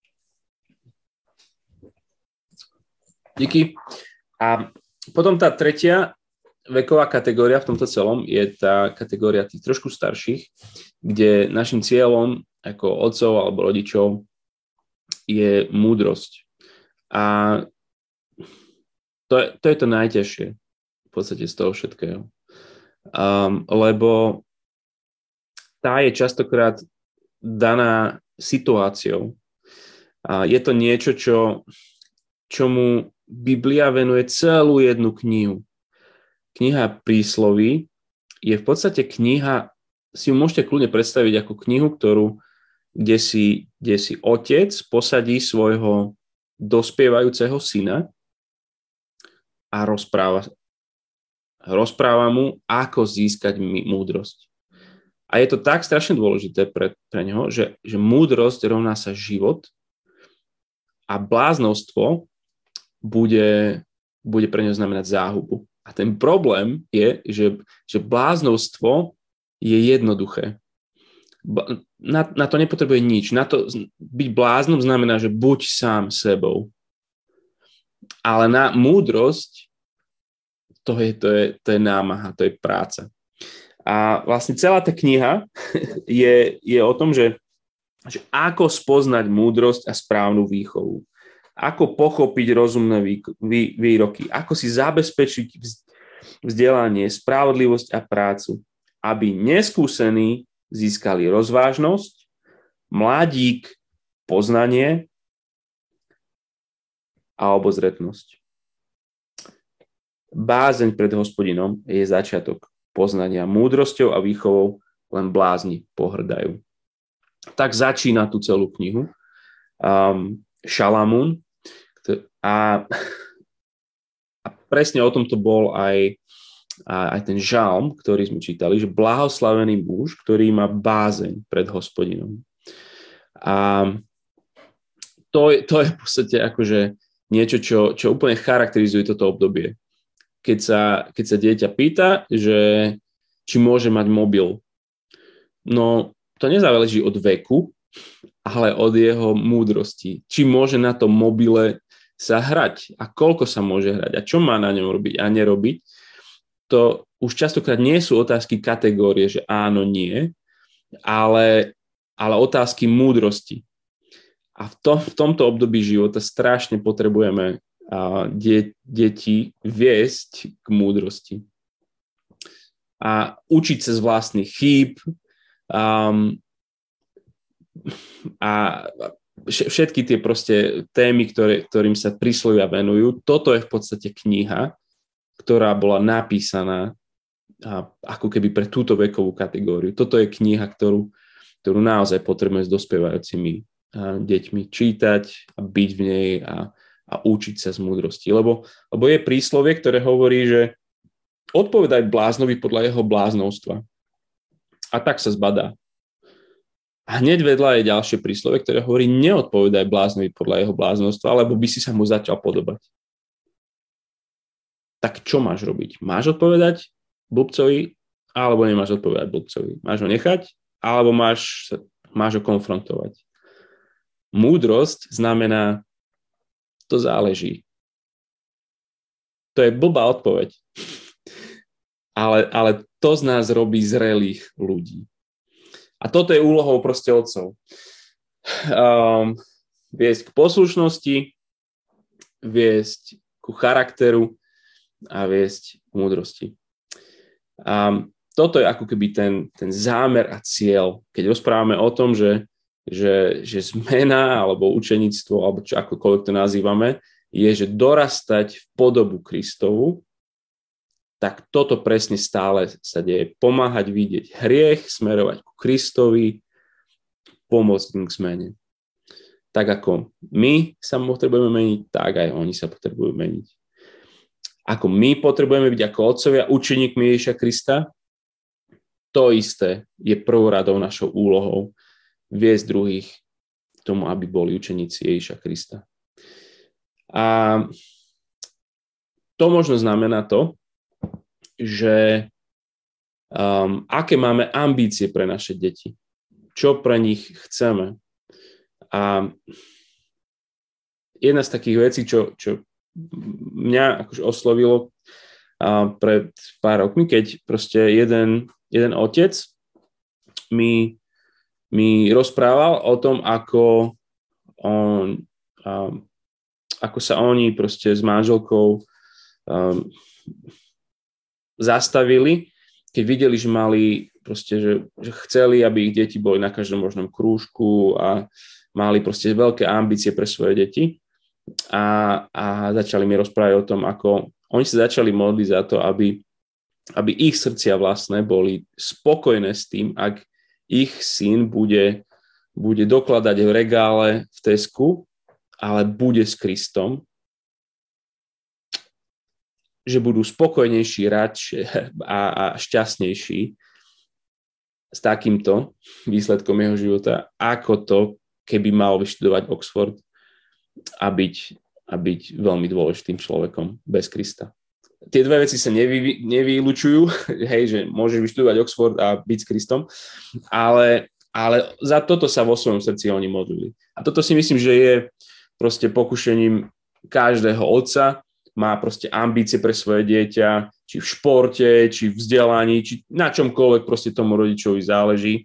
Díky. A potom tá tretia veková kategória v tomto celom je tá kategória tých trošku starších, kde našim cieľom ako otcov alebo rodičov je múdrosť. A to je to najťažšie v podstate z toho všetkého. Lebo tá je častokrát daná situáciou. Je to niečo, čomu Biblia venuje celú jednu knihu. Kniha Prísloví je v podstate kniha, si ju môžete kľudne predstaviť ako knihu, kde si otec posadí svojho dospievajúceho syna a rozpráva mu, ako získať múdrosť. A je to tak strašne dôležité pre neho, že múdrosť rovná sa život a bláznostvo bude pre neho znamenať záhubu. A ten problém je, že bláznostvo je jednoduché. Na to nepotrebuje nič. Byť bláznom znamená, že buď sám sebou. Ale na múdrosť to je námaha, to je práca. A vlastne celá tá kniha je o tom, že ako spoznať múdrosť a správnu výchovu. Ako pochopiť rozumné výroky. Ako si zabezpečiť vzdelanie, spravodlivosť a prácu. Aby neskúsení získali rozvážnosť, mladík poznanie a obozretnosť. Bázeň pred Hospodinom je začiatok poznania. Múdrosťou a výchovou len blázni pohrdajú. Tak začína tú celú knihu Šalamún a presne o tom to bol aj ten žalm, ktorý sme čítali, že blahoslavený muž, ktorý má bázeň pred Hospodinom. A to je v podstate akože niečo, čo úplne charakterizuje toto obdobie. Keď sa dieťa pýta, že či môže mať mobil. No, to nezáleží od veku, ale od jeho múdrosti. Či môže na tom mobile sa hrať a koľko sa môže hrať a čo má na ňom robiť a nerobiť. To už častokrát nie sú otázky kategórie, že áno, nie, ale otázky múdrosti. A v tomto období života strašne potrebujeme deti viesť k múdrosti. A učiť sa z vlastných chýb a všetky tie proste témy, ktorým sa príslovia venujú. Toto je v podstate kniha, ktorá bola napísaná ako keby pre túto vekovú kategóriu. Toto je kniha, ktorú naozaj potrebujeme s dospievajúcimi deťmi čítať a byť v nej a učiť sa z múdrosti. Lebo je príslovie, ktoré hovorí, že odpovedaj bláznovi podľa jeho bláznovstva. A tak sa zbadá. A hneď vedľa je ďalšie príslovie, ktoré hovorí, neodpovedaj bláznovi podľa jeho bláznovstva, lebo by si sa mu začal podobať. Tak čo máš robiť? Máš odpovedať blbcovi, alebo nemáš odpovedať blbcovi? Máš ho nechať, alebo máš ho konfrontovať? Múdrosť znamená, to záleží. To je blbá odpoveď. Ale to z nás robí zrelých ľudí. A toto je úlohou proste otcov. Viesť k poslušnosti, viesť ku charakteru a viesť k múdrosti. Toto je ako keby ten zámer a cieľ, keď rozprávame o tom, že zmena alebo učeníctvo, alebo čo akokoľvek to nazývame, je, že dorastať v podobu Kristovu, tak toto presne stále sa deje. Pomáhať vidieť hriech, smerovať ku Kristovi, pomôcť im k zmene. Tak ako my sa potrebujeme meniť, tak aj oni sa potrebujú meniť. Ako my potrebujeme byť ako otcovia učeníkmi Ježiša Krista, to isté je prvoradou našou úlohou viesť druhých k tomu, aby boli učeníci Ježiša Krista. A to možno znamená to, že aké máme ambície pre naše deti, čo pre nich chceme. A jedna z takých vecí, čo mňa akože oslovilo pred pár rokmi, keď proste jeden otec mi rozprával o tom, ako ako sa oni proste s manželkou zastavili, keď videli, že mali proste, že chceli, aby ich deti boli na každom možnom krúžku a mali proste veľké ambície pre svoje deti a začali mi rozprávať o tom, ako oni sa začali modliť za to, aby ich srdcia vlastné boli spokojné s tým, ak ich syn bude dokladať v regále v Tesku, ale bude s Kristom, že budú spokojnejší, radšie a šťastnejší s takýmto výsledkom jeho života, ako to, keby mal vyštudovať Oxford a byť veľmi dôležitým človekom bez Krista. Tie dve veci sa nevylučujú, hej, že môžeš vyštudovať Oxford a byť s Kristom, ale za toto sa vo svojom srdci oni modlili. A toto si myslím, že je proste pokušením každého otca, má proste ambície pre svoje dieťa, či v športe, či v vzdelaní, či na čomkoľvek proste tomu rodičovi záleží.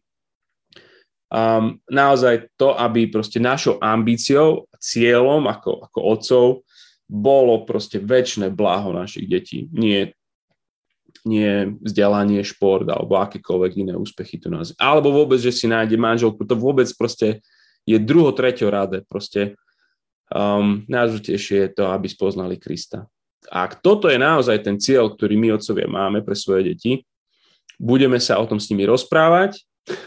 Naozaj to, aby proste našou ambíciou, cieľom ako otcov bolo proste večné blaho našich detí. Nie vzdelanie, šport alebo akékoľvek iné úspechy tu nás. Alebo vôbec, že si nájde manželku, to vôbec proste je treťoradé. Proste najdôležitejšie je to, aby spoznali Krista. A ak toto je naozaj ten cieľ, ktorý my otcovia máme pre svoje deti, budeme sa o tom s nimi rozprávať.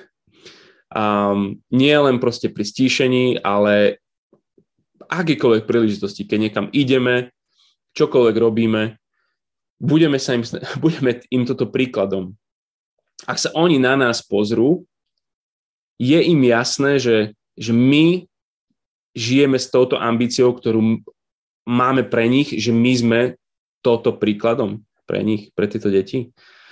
Nie len proste pri stíšení, ale akékoľvek príležitosti, keď niekam ideme, čokoľvek robíme, budeme im toto príkladom. Ak sa oni na nás pozrú, je im jasné, že my žijeme s touto ambíciou, ktorú máme pre nich, že my sme touto príkladom pre nich, pre tieto deti.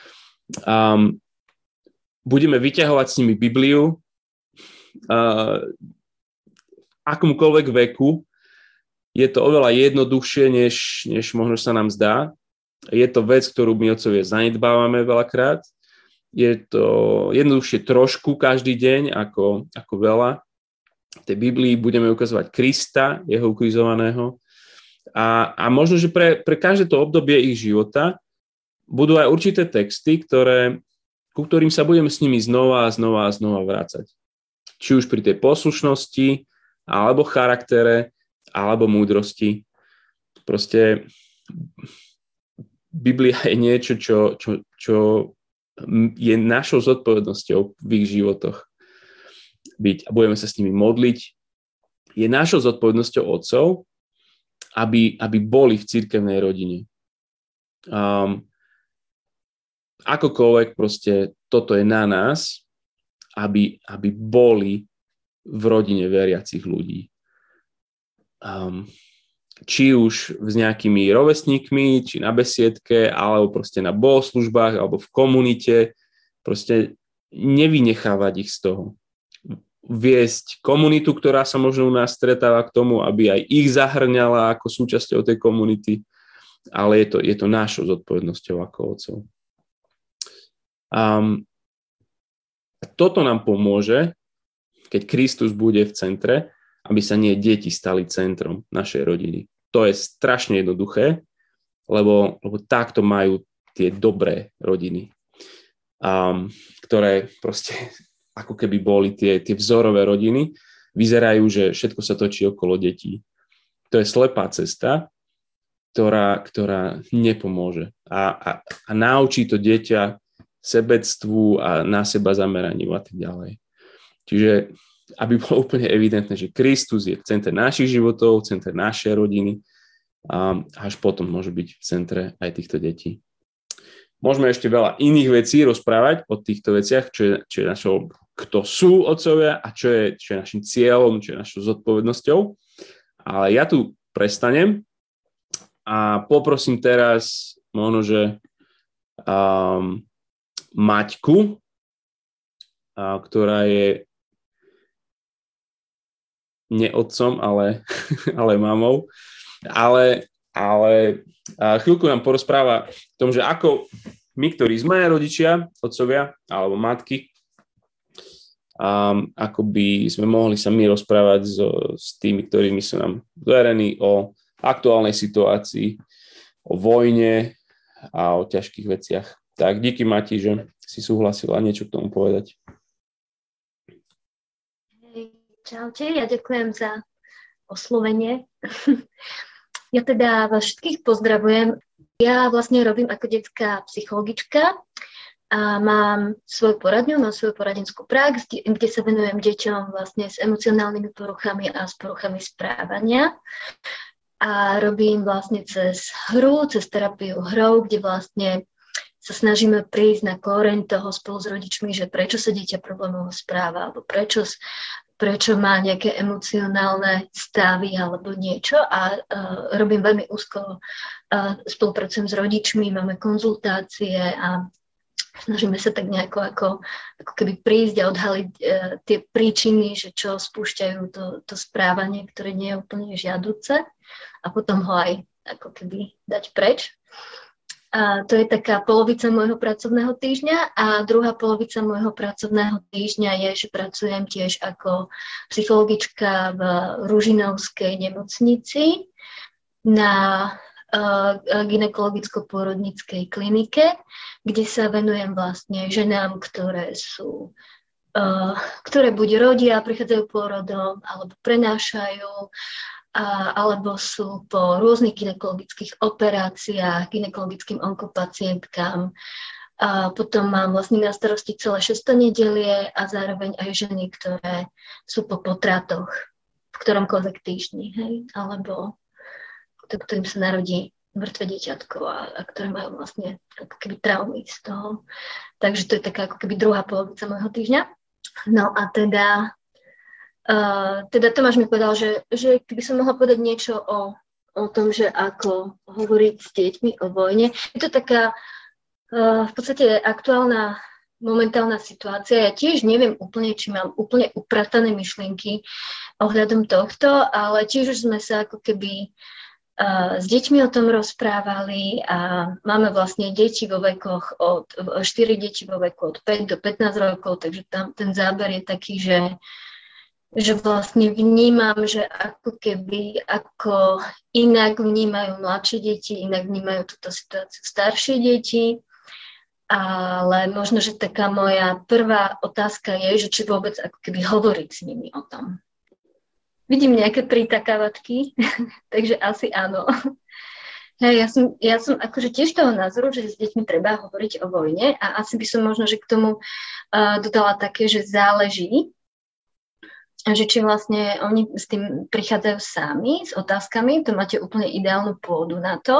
Budeme vyťahovať s nimi Bibliu v akomkoľvek veku. Je to oveľa jednoduchšie, než možno sa nám zdá. Je to vec, ktorú my otcovia zanedbávame veľakrát. Je to jednoduchšie trošku každý deň, ako veľa. V tej Biblii budeme ukazovať Krista, jeho ukrizovaného. A možno, že pre každé to obdobie ich života budú aj určité texty, ku ktorým sa budeme s nimi znova vrácať. Či už pri tej poslušnosti, alebo charaktere, alebo múdrosti. Proste Biblia je niečo, čo je našou zodpovednosťou v ich životoch byť a budeme sa s nimi modliť. Je našou zodpovednosťou otcov, aby boli v cirkevnej rodine. Akokoľvek proste toto je na nás, aby boli v rodine veriacich ľudí. Či už s nejakými rovesníkmi, či na besiedke, alebo proste na bohoslužbách, alebo v komunite. Proste nevynechávať ich z toho. Viesť komunitu, ktorá sa možno u nás stretáva k tomu, aby aj ich zahrňala ako súčasťou tej komunity, ale je to našou zodpovednosťou ako otcov. Toto nám pomôže, keď Kristus bude v centre, aby sa nie deti stali centrom našej rodiny. To je strašne jednoduché, lebo takto majú tie dobré rodiny, ktoré proste ako keby boli tie vzorové rodiny, vyzerajú, že všetko sa točí okolo detí. To je slepá cesta, ktorá nepomôže a naučí to dieťa sebectvu a na seba zameraniu a tak ďalej. Čiže aby bolo úplne evidentné, že Kristus je v centre našich životov, v centre našej rodiny a až potom môže byť v centre aj týchto detí. Môžeme ešte veľa iných vecí rozprávať o týchto veciach, čo je našou, kto sú otcovia a čo je našim cieľom, čo je našou zodpovednosťou. Ale ja tu prestanem a poprosím teraz možno, že Maťku, ktorá je nie otcom, ale mamou, ale chvíľku nám porozpráva o tom, že ako my, ktorí sme rodičia, otcovia alebo matky, ako by sme mohli sa my rozprávať s tými, ktorými sú nám zverení o aktuálnej situácii, o vojne a o ťažkých veciach. Tak díky, Mati, že si súhlasila niečo k tomu povedať. Čaute, ja ďakujem za oslovenie. Ja teda vás všetkých pozdravujem. Ja vlastne robím ako detská psychologička a mám svoju poradňu, mám svoju poradenskú prax, kde sa venujem deťom vlastne s emocionálnymi poruchami a s poruchami správania. A robím vlastne cez hru, cez terapiu hrou, kde vlastne sa snažíme prísť na koreň toho spolu s rodičmi, že prečo sa dieťa problémovo správa, alebo prečo má nejaké emocionálne stavy alebo niečo a robím veľmi úzko, spolupracujem s rodičmi, máme konzultácie a snažíme sa tak nejako ako keby prísť a odhaliť tie príčiny, že čo spúšťajú to správanie, ktoré nie je úplne žiaduce a potom ho aj ako keby dať preč. A to je taká polovica môjho pracovného týždňa a druhá polovica môjho pracovného týždňa je, že pracujem tiež ako psychologička v Ružinovskej nemocnici na gynekologicko-pôrodníckej klinike, kde sa venujem vlastne ženám, ktoré buď rodia, prichádzajú pôrodom, alebo prenášajú, alebo sú po rôznych gynekologických operáciách, gynekologickým onkopacientkám. A potom mám vlastne na starosti celé 6 nedelie a zároveň aj ženy, ktoré sú po potratoch v ktoromkoľvek týždni, hej? Alebo ktorým sa narodí mŕtve dieťatko a ktoré majú vlastne ako keby traumy z toho. Takže to je taká ako keby druhá polovica môjho týždňa. No a teda Tomáš mi povedal, že keby som mohla povedať niečo o tom, že ako hovoriť s deťmi o vojne. Je to taká v podstate aktuálna momentálna situácia. Ja tiež neviem úplne, či mám úplne upratané myšlienky ohľadom tohto, ale tiež už sme sa ako keby s deťmi o tom rozprávali a máme vlastne deti vo vekoch 4 deti vo veku od 5 do 15 rokov, takže tam ten záber je taký, že vlastne vnímam, že ako inak vnímajú mladšie deti, inak vnímajú túto situáciu staršie deti, ale možno, že taká moja prvá otázka je, že či vôbec ako keby hovoriť s nimi o tom. Vidím nejaké pritakávačky, takže asi áno. Ja som akože tiež toho názoru, že s deťmi treba hovoriť o vojne a asi by som možno, že k tomu dodala také, že záleží, že či vlastne oni s tým prichádzajú sami, s otázkami, to máte úplne ideálnu pôdu na to,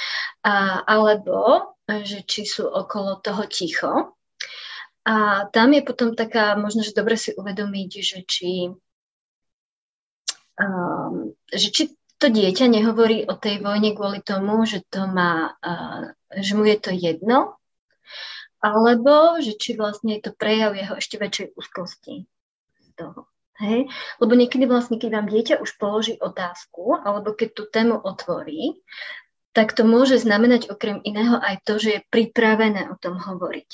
alebo že či sú okolo toho ticho. A tam je potom taká, možno, že dobre si uvedomiť, že či to dieťa nehovorí o tej vojne kvôli tomu, že že mu je to jedno, alebo že či vlastne je to prejav jeho ešte väčšej úzkosti z toho. Hej? Lebo niekedy vlastne, keď vám dieťa už položí otázku, alebo keď tú tému otvorí, tak to môže znamenať okrem iného aj to, že je pripravené o tom hovoriť.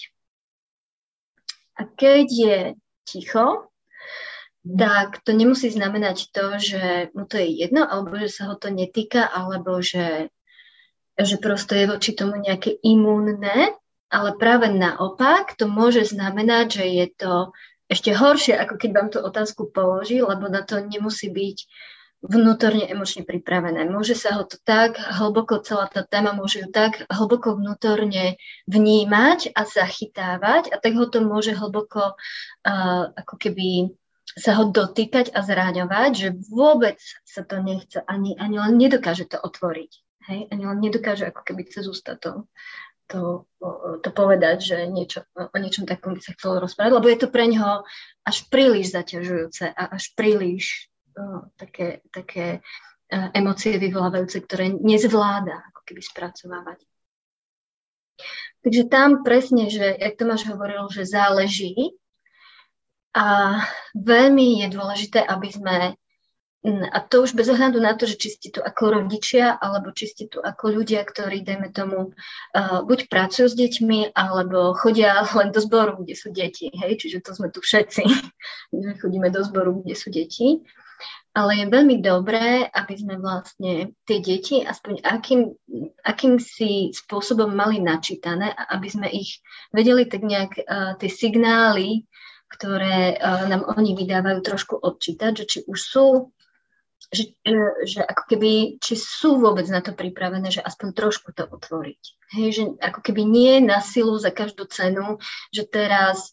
A keď je ticho, tak to nemusí znamenať to, že mu to je jedno, alebo že sa ho to netýka, alebo že prosto je voči tomu nejaké imúnne, ale práve naopak to môže znamenať, že je to ešte horšie, ako keď vám tú otázku položí, lebo na to nemusí byť vnútorne emočne pripravené. Môže sa ho to tak hlboko, celá tá téma môže ju tak hlboko vnútorne vnímať a zachytávať a tak ho to môže hlboko ako keby sa ho dotýkať a zraňovať, že vôbec sa to nechce, ani len nedokáže to otvoriť. Hej? Ani len nedokáže ako keby cez ústa to povedať, že o niečom takom by sa chcelo rozprávať, lebo je to pre ňoho až príliš zaťažujúce a až príliš také emócie vyvolávajúce, ktoré nezvláda ako keby spracovávať. Takže tam presne, že jak Tomáš hovoril, že záleží a veľmi je dôležité, aby sme, a to už bez ohľadu na to, že či ste tu ako rodičia, alebo či ste tu ako ľudia, ktorí, dajme tomu, buď pracujú s deťmi, alebo chodia len do zboru, kde sú deti, hej, čiže to sme tu všetci, že chodíme do zboru, kde sú deti. ale je veľmi dobré, aby sme vlastne tie deti aspoň akýmsi spôsobom mali načítané, aby sme ich vedeli tak nejak tie signály, ktoré nám oni vydávajú, trošku odčítať, že či už sú, že ako keby, či sú vôbec na to pripravené, že aspoň trošku to otvoriť. Hej, že ako keby nie na silu za každú cenu, že teraz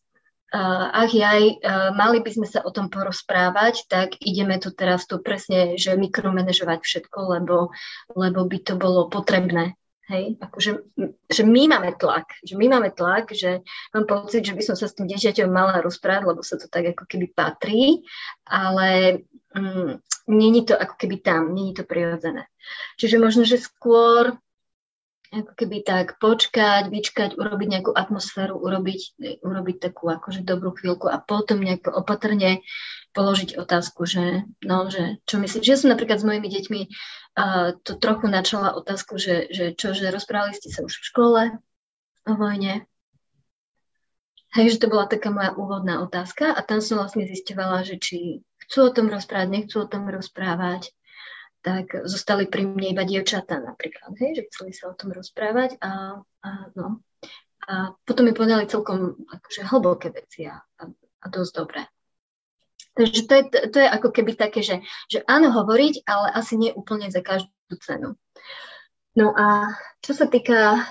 mali by sme sa o tom porozprávať, tak ideme tu teraz presne, že mikromanažovať všetko, lebo by to bolo potrebné. Hej, akože, že my máme tlak, že mám pocit, že by som sa s tým dieťaťom mala rozprávať, lebo sa to tak ako keby patrí, ale není to ako keby tam, není to prirodzené. Čiže možno, že skôr ako keby tak vyčkať, urobiť nejakú atmosféru, urobiť takú akože dobrú chvíľku a potom nejak opatrne položiť otázku, že čo myslíš? Že ja som napríklad s mojimi deťmi to trochu načala otázku, že rozprávali ste sa už v škole o vojne? Hej, že to bola taká moja úvodná otázka a tam som vlastne zisťovala, že či chcú o tom rozprávať, nechcú o tom rozprávať, tak zostali pri mne iba dievčatá napríklad, hej, že chceli sa o tom rozprávať a potom mi povedali celkom akože hlboké veci a dosť dobré. Takže to je ako keby také, že áno hovoriť, ale asi nie úplne za každú cenu. No a čo sa týka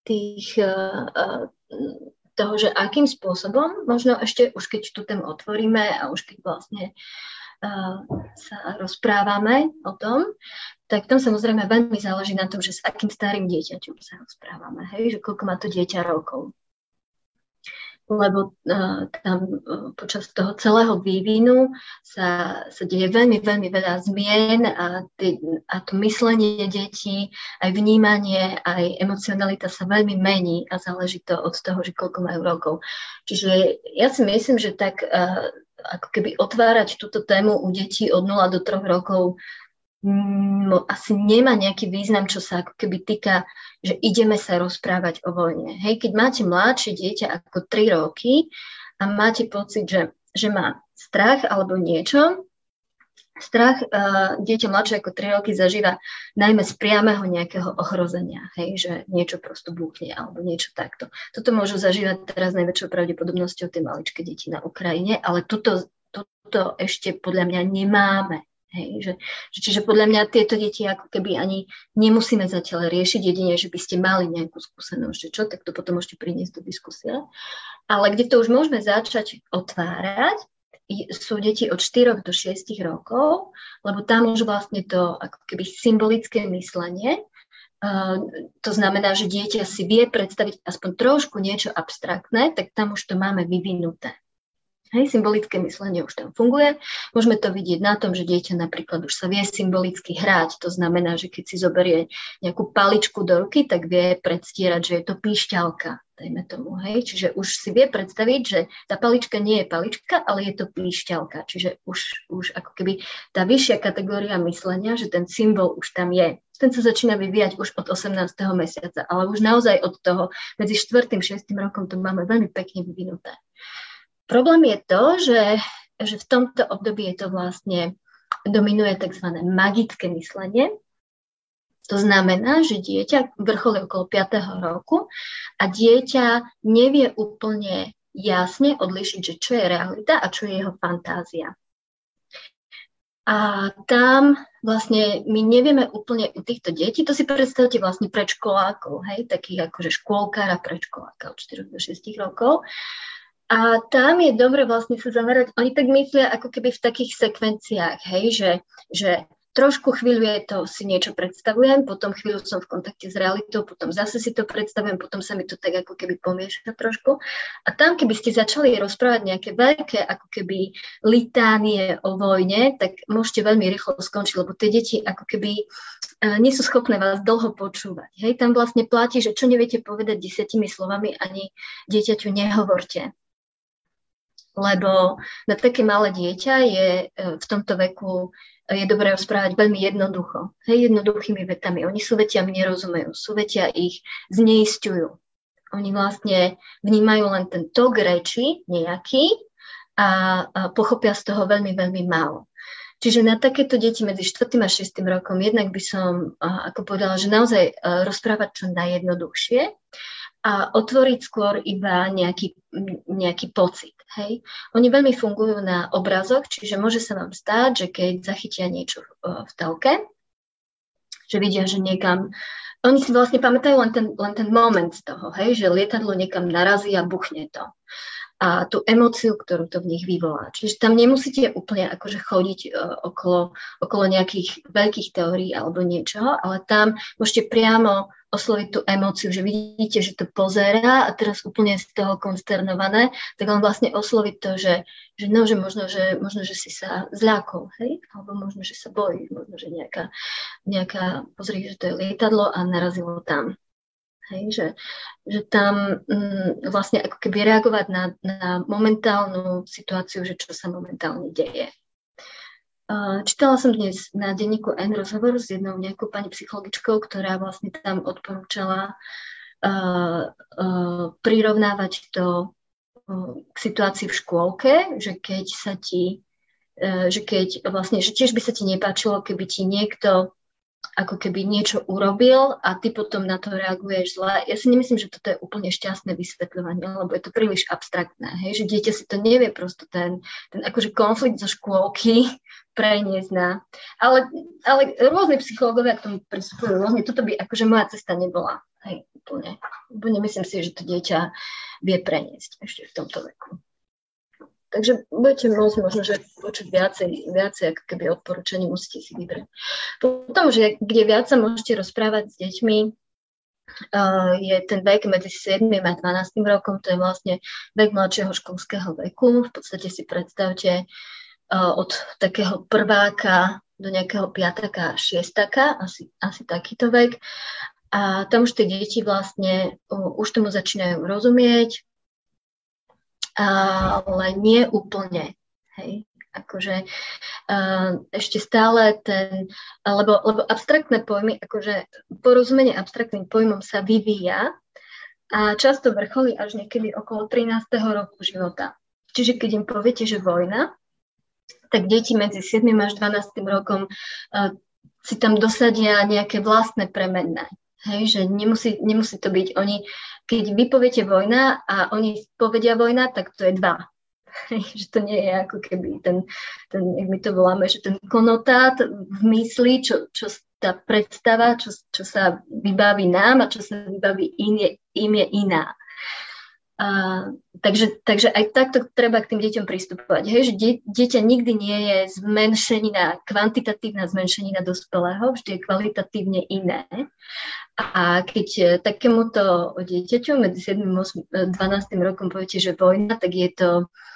toho, že akým spôsobom, možno ešte už keď tú tému otvoríme a už keď vlastne sa rozprávame o tom, tak tam samozrejme veľmi záleží na tom, že s akým starým dieťaťom sa rozprávame, hej, že koľko má to dieťa rokov. Lebo tam počas toho celého vývinu sa deje veľmi, veľmi veľa zmien a to myslenie detí, aj vnímanie, aj emocionalita sa veľmi mení a záleží to od toho, že koľko majú rokov. Čiže ja si myslím, že tak ako keby otvárať túto tému u detí od 0 do 3 rokov asi nemá nejaký význam, čo sa ako keby týka, že ideme sa rozprávať o vojne. Hej, keď máte mladšie dieťa ako 3 roky a máte pocit, že má strach alebo niečo, strach dieťa mladšie ako 3 roky zažíva najmä z priameho nejakého ohrozenia, hej, že niečo prosto búchne alebo niečo takto. Toto môžu zažívať teraz najväčšou pravdepodobnosťou tie maličké deti na Ukrajine, ale toto ešte podľa mňa nemáme. Hej, čiže podľa mňa tieto deti ako keby ani nemusíme zatiaľ riešiť, jedine, že by ste mali nejakú skúsenosť, že čo, tak to potom môžete priniesť do diskusie. Ale kde to už môžeme začať otvárať, sú deti od 4 do 6 rokov, lebo tam už vlastne to ako keby symbolické myslenie, to znamená, že dieťa si vie predstaviť aspoň trošku niečo abstraktné, tak tam už to máme vyvinuté. Hej, symbolické myslenie už tam funguje. Môžeme to vidieť na tom, že dieťa napríklad už sa vie symbolicky hrať. To znamená, že keď si zoberie nejakú paličku do ruky, tak vie predstierať, že je to píšťalka, dajme tomu. Hej. Čiže už si vie predstaviť, že tá palička nie je palička, ale je to píšťalka. Čiže už ako keby tá vyššia kategória myslenia, že ten symbol už tam je. Ten sa začína vyvíjať už od 18. mesiaca, ale už naozaj od toho medzi 4. a 6. rokom to máme veľmi pekne vyvinuté. Problém je to, že v tomto období je to vlastne dominuje tzv. Magické myslenie. To znamená, že dieťa vrcholí okolo 5. roku a dieťa nevie úplne jasne odlišiť, že čo je realita a čo je jeho fantázia. A tam vlastne my nevieme úplne u týchto detí, to si predstavte vlastne predškolákov, hej, takých akože škôlkára predškoláka od 4 do 6 rokov. A tam je dobre vlastne sa zamerať, oni tak myslia ako keby v takých sekvenciách, hej, že trošku chvíľu je to, si niečo predstavujem, potom chvíľu som v kontakte s realitou, potom zase si to predstavujem, potom sa mi to tak ako keby pomieša trošku. A tam, keby ste začali rozprávať nejaké veľké ako keby litánie o vojne, tak môžete veľmi rýchlo skončiť, lebo tie deti ako keby nie sú schopné vás dlho počúvať. Hej, tam vlastne platí, že čo neviete povedať 10 slovami, ani dieťaťu nehovorte. Lebo na také malé dieťa je v tomto veku je dobré rozprávať veľmi jednoducho, hej, jednoduchými vetami. Oni súvetia nerozumejú, súvetia ich zneisťujú. Oni vlastne vnímajú len ten tok reči nejaký a pochopia z toho veľmi, veľmi málo. Čiže na takéto deti medzi 4. a 6. rokom jednak by som ako povedala, že naozaj rozprávať čo najjednoduchšie a otvoriť skôr iba nejaký pocit. Hej. Oni veľmi fungujú na obrazoch, čiže môže sa vám stáť, že keď zachytia niečo v telke, že vidia, že niekam, oni si vlastne pamätajú len ten moment z toho, hej, že lietadlo niekam narazí a buchne to. A tú emóciu, ktorú to v nich vyvolá. Čiže tam nemusíte úplne akože chodiť okolo nejakých veľkých teórií alebo niečoho, ale tam môžete priamo osloviť tú emóciu, že vidíte, že to pozerá a teraz úplne z toho konsternované, tak on vlastne osloviť to, že možno, že si sa zľakol, hej? Alebo možno, že sa bojí, možno, že nejaká pozri, že to je lietadlo a narazilo tam. Hej, že tam vlastne ako keby reagovať na momentálnu situáciu, že čo sa momentálne deje. Čítala som dnes na denníku N rozhovor s jednou nejakou pani psychologičkou, ktorá vlastne tam odporúčala prirovnávať to k situácii v škôlke, že keď sa ti, že tiež by sa ti nepáčilo, keby ti niekto ako keby niečo urobil a ty potom na to reaguješ zle. Ja si nemyslím, že toto je úplne šťastné vysvetľovanie, lebo je to príliš abstraktné, hej? Že dieťa si to nevie prosto ten akože konflikt zo škôlky preniesť na... Ale rôzne psychológovia k tomu pristupujú rôzne. Toto by akože moja cesta nebola. Hej, úplne. Nemyslím si, že to dieťa vie preniesť ešte v tomto veku. Takže budete môcť možno, že počuť viacej ako keby odporúčaní, musíte si vybrať. Potom, že kde viac sa môžete rozprávať s deťmi, je ten vek medzi 7. a 12. rokom, to je vlastne vek mladšieho školského veku. V podstate si predstavte od takého prváka do nejakého piataka a šiestaka, asi takýto vek. A tam už tie deti vlastne už tomu začínajú rozumieť, ale nie úplne, hej, akože ešte stále lebo abstraktné pojmy, akože porozumenie abstraktným pojmom sa vyvíja a často vrcholí až niekedy okolo 13. roku života. Čiže keď im poviete, že vojna, tak deti medzi 7. až 12. rokom si tam dosadia nejaké vlastné premenné. Hej, že nemusí to byť oni, keď vy poviete vojna a oni povedia vojna, tak to je 2. Hej, že to nie je ako keby ten, jak my to voláme, že ten konotát v mysli, čo tá predstava, čo sa vybaví nám a čo sa vybaví im je iná. Takže aj takto treba k tým deťom pristupovať. Hej, že dieťa nikdy nie je zmenšenina, kvantitatívna zmenšenina dospelého, vždy je kvalitatívne iné. A keď takémuto dieťaťu medzi 7. a 12. rokom poviete, že vojna, tak je to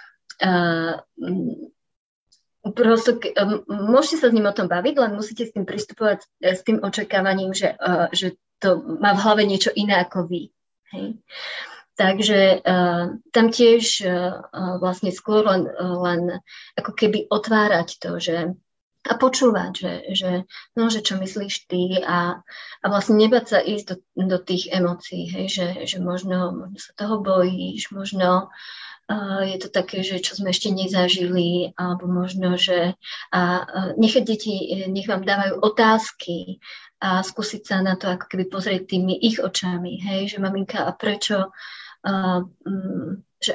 prosto, môžete sa s ním o tom baviť, len musíte s tým pristupovať s tým očakávaním, že to má v hlave niečo iné ako vy. Hej. Takže tam tiež vlastne skôr len ako keby otvárať to, že a počúvať, že čo myslíš ty a vlastne nebať sa ísť do tých emócií, hej, že možno sa toho bojíš, možno je to také, že čo sme ešte nezažili, alebo možno, že nechať deti, nech vám dávajú otázky a skúsiť sa na to ako keby pozrieť tými ich očami, hej, že maminka a prečo, že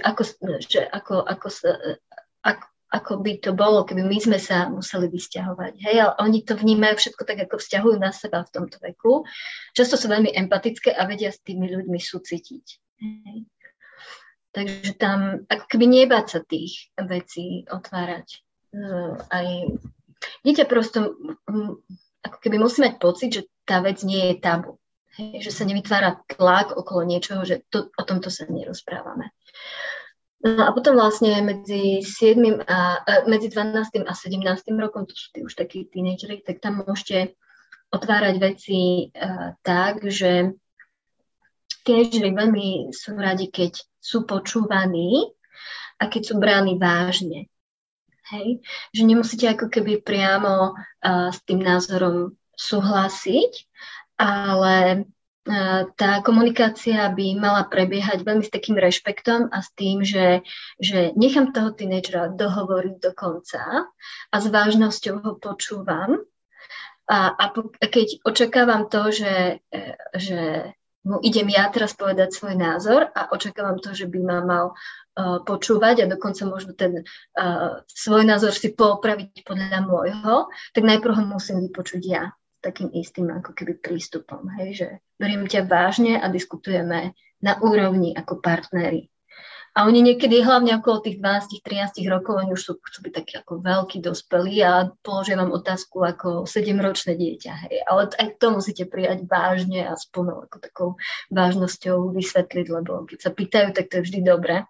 ako by to bolo, keby my sme sa museli vysťahovať. Hej, ale oni to vnímajú všetko tak, ako vzťahujú na seba v tomto veku. Často sú veľmi empatické a vedia s tými ľuďmi súcitiť. Hej. Takže tam ako keby nebáť sa tých vecí otvárať. Aj dieťa prosto ako keby musí mať pocit, že tá vec nie je tabu. Hej, že sa nevytvára tlak okolo niečoho, že o tomto sa nerozprávame. No a potom vlastne medzi 12. a 17. rokom, to sú tí už takí tínedžeri, tak tam môžete otvárať veci tak, že tínedžeri veľmi sú radi, keď sú počúvaní a keď sú bráni vážne. Hej? Že nemusíte ako keby priamo s tým názorom súhlasiť, ale tá komunikácia by mala prebiehať veľmi s takým rešpektom a s tým, že nechám toho tínedžera dohovoriť do konca a s vážnosťou ho počúvam. A keď očakávam to, že mu idem ja teraz povedať svoj názor a očakávam to, že by ma mal počúvať a dokonca možno ten svoj názor si poopraviť podľa môjho, tak najprv ho musím vypočuť ja takým istým ako keby prístupom, hej, že beriem ťa vážne a diskutujeme na úrovni ako partneri. A oni niekedy, hlavne okolo tých 12-13 rokov, oni už chcú byť takí ako veľkí dospelí a položia vám otázku ako 7-ročné dieťa, hej. Ale aj to musíte prijať vážne a s plnou ako takou vážnosťou vysvetliť, lebo keď sa pýtajú, tak to je vždy dobré.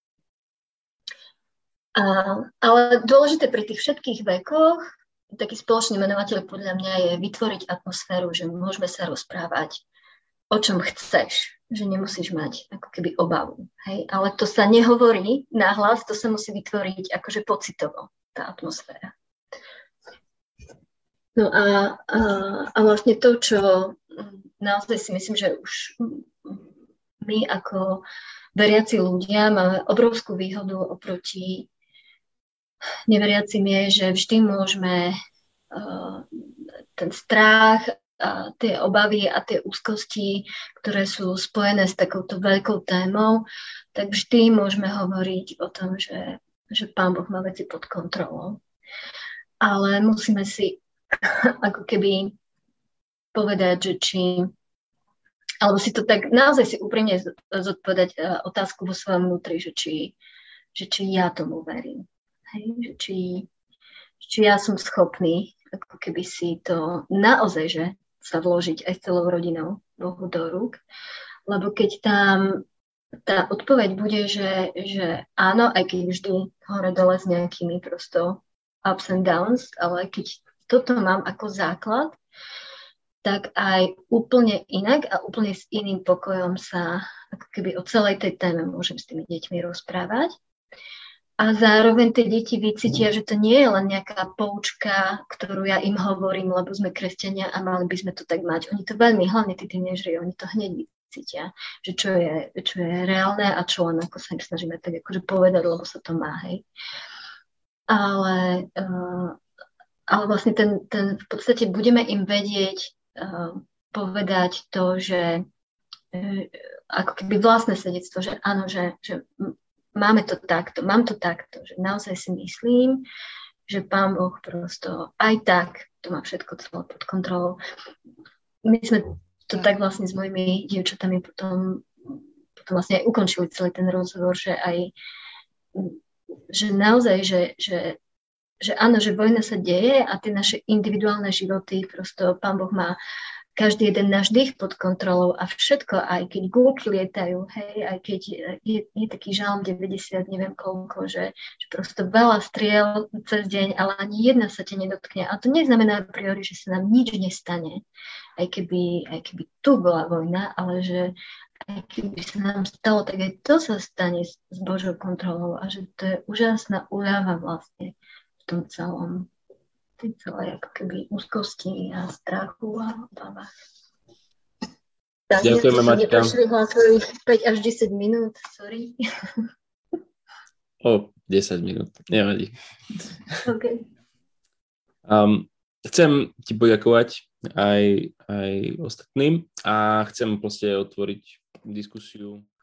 Ale dôležité pri tých všetkých vekoch, taký spoločný menovateľ podľa mňa je vytvoriť atmosféru, že môžeme sa rozprávať o čom chceš, že nemusíš mať ako keby obavu. Hej? Ale to sa nehovorí nahlas, to sa musí vytvoriť akože pocitovo, tá atmosféra. No a vlastne to, čo naozaj si myslím, že už my ako veriaci ľudia máme obrovskú výhodu oproti neveriacim je, že vždy môžeme ten strach, a tie obavy a tie úzkosti, ktoré sú spojené s takouto veľkou témou, tak vždy môžeme hovoriť o tom, že Pán Boh má veci pod kontrolou. Ale musíme si ako keby povedať, že alebo si to tak naozaj si úprimne zodpovedať otázku vo svojom vnútri, že či ja tomu verím. Hej, či ja som schopný ako keby si to naozaj, že sa vložiť aj s celou rodinou Bohu do rúk. Lebo keď tam tá odpoveď bude, že áno, aj keď vždy hore-dole s nejakými prosto ups and downs, ale keď toto mám ako základ, tak aj úplne inak a úplne s iným pokojom sa ako keby o celej tej téme môžem s tými deťmi rozprávať. A zároveň tie deti vycítia, že to nie je len nejaká poučka, ktorú ja im hovorím, lebo sme kresťania a mali by sme to tak mať. Oni to veľmi, hlavne tí tínežeri, oni to hneď vycítia, že čo je reálne a čo len ako sa im snažíme tak akože povedať, lebo sa to má, hej. Ale vlastne ten v podstate budeme im vedieť povedať to, že ako keby vlastné svedectvo, že áno, že máme to takto, mám to takto, že naozaj si myslím, že Pán Boh prosto aj tak to má všetko celé pod kontrolou. My sme to tak vlastne s mojimi dievčatami potom vlastne aj ukončili celý ten rozhovor, že aj že naozaj, že áno, že vojna sa deje a tie naše individuálne životy, prosto Pán Boh má každý jeden náš dých pod kontrolou a všetko, aj keď gulky lietajú, hej, aj keď je taký žalm 90, neviem koľko, že prosto veľa striel cez deň, ale ani jedna sa ťa nedotkne. A to neznamená a priori, že sa nám nič nestane, aj keby tu bola vojna, ale že aj keby sa nám stalo, tak aj to sa stane s Božou kontrolou a že to je úžasná úľava vlastne v tom celom. Celé ako keby úzkosti a strachu a obavách. Tak, ďakujeme, Maťka. Neprešli hlasových 5 až 10 minút, sorry. 10 minút, nevadí. Okay. Chcem ti poďakovať aj ostatným a chcem proste otvoriť diskusiu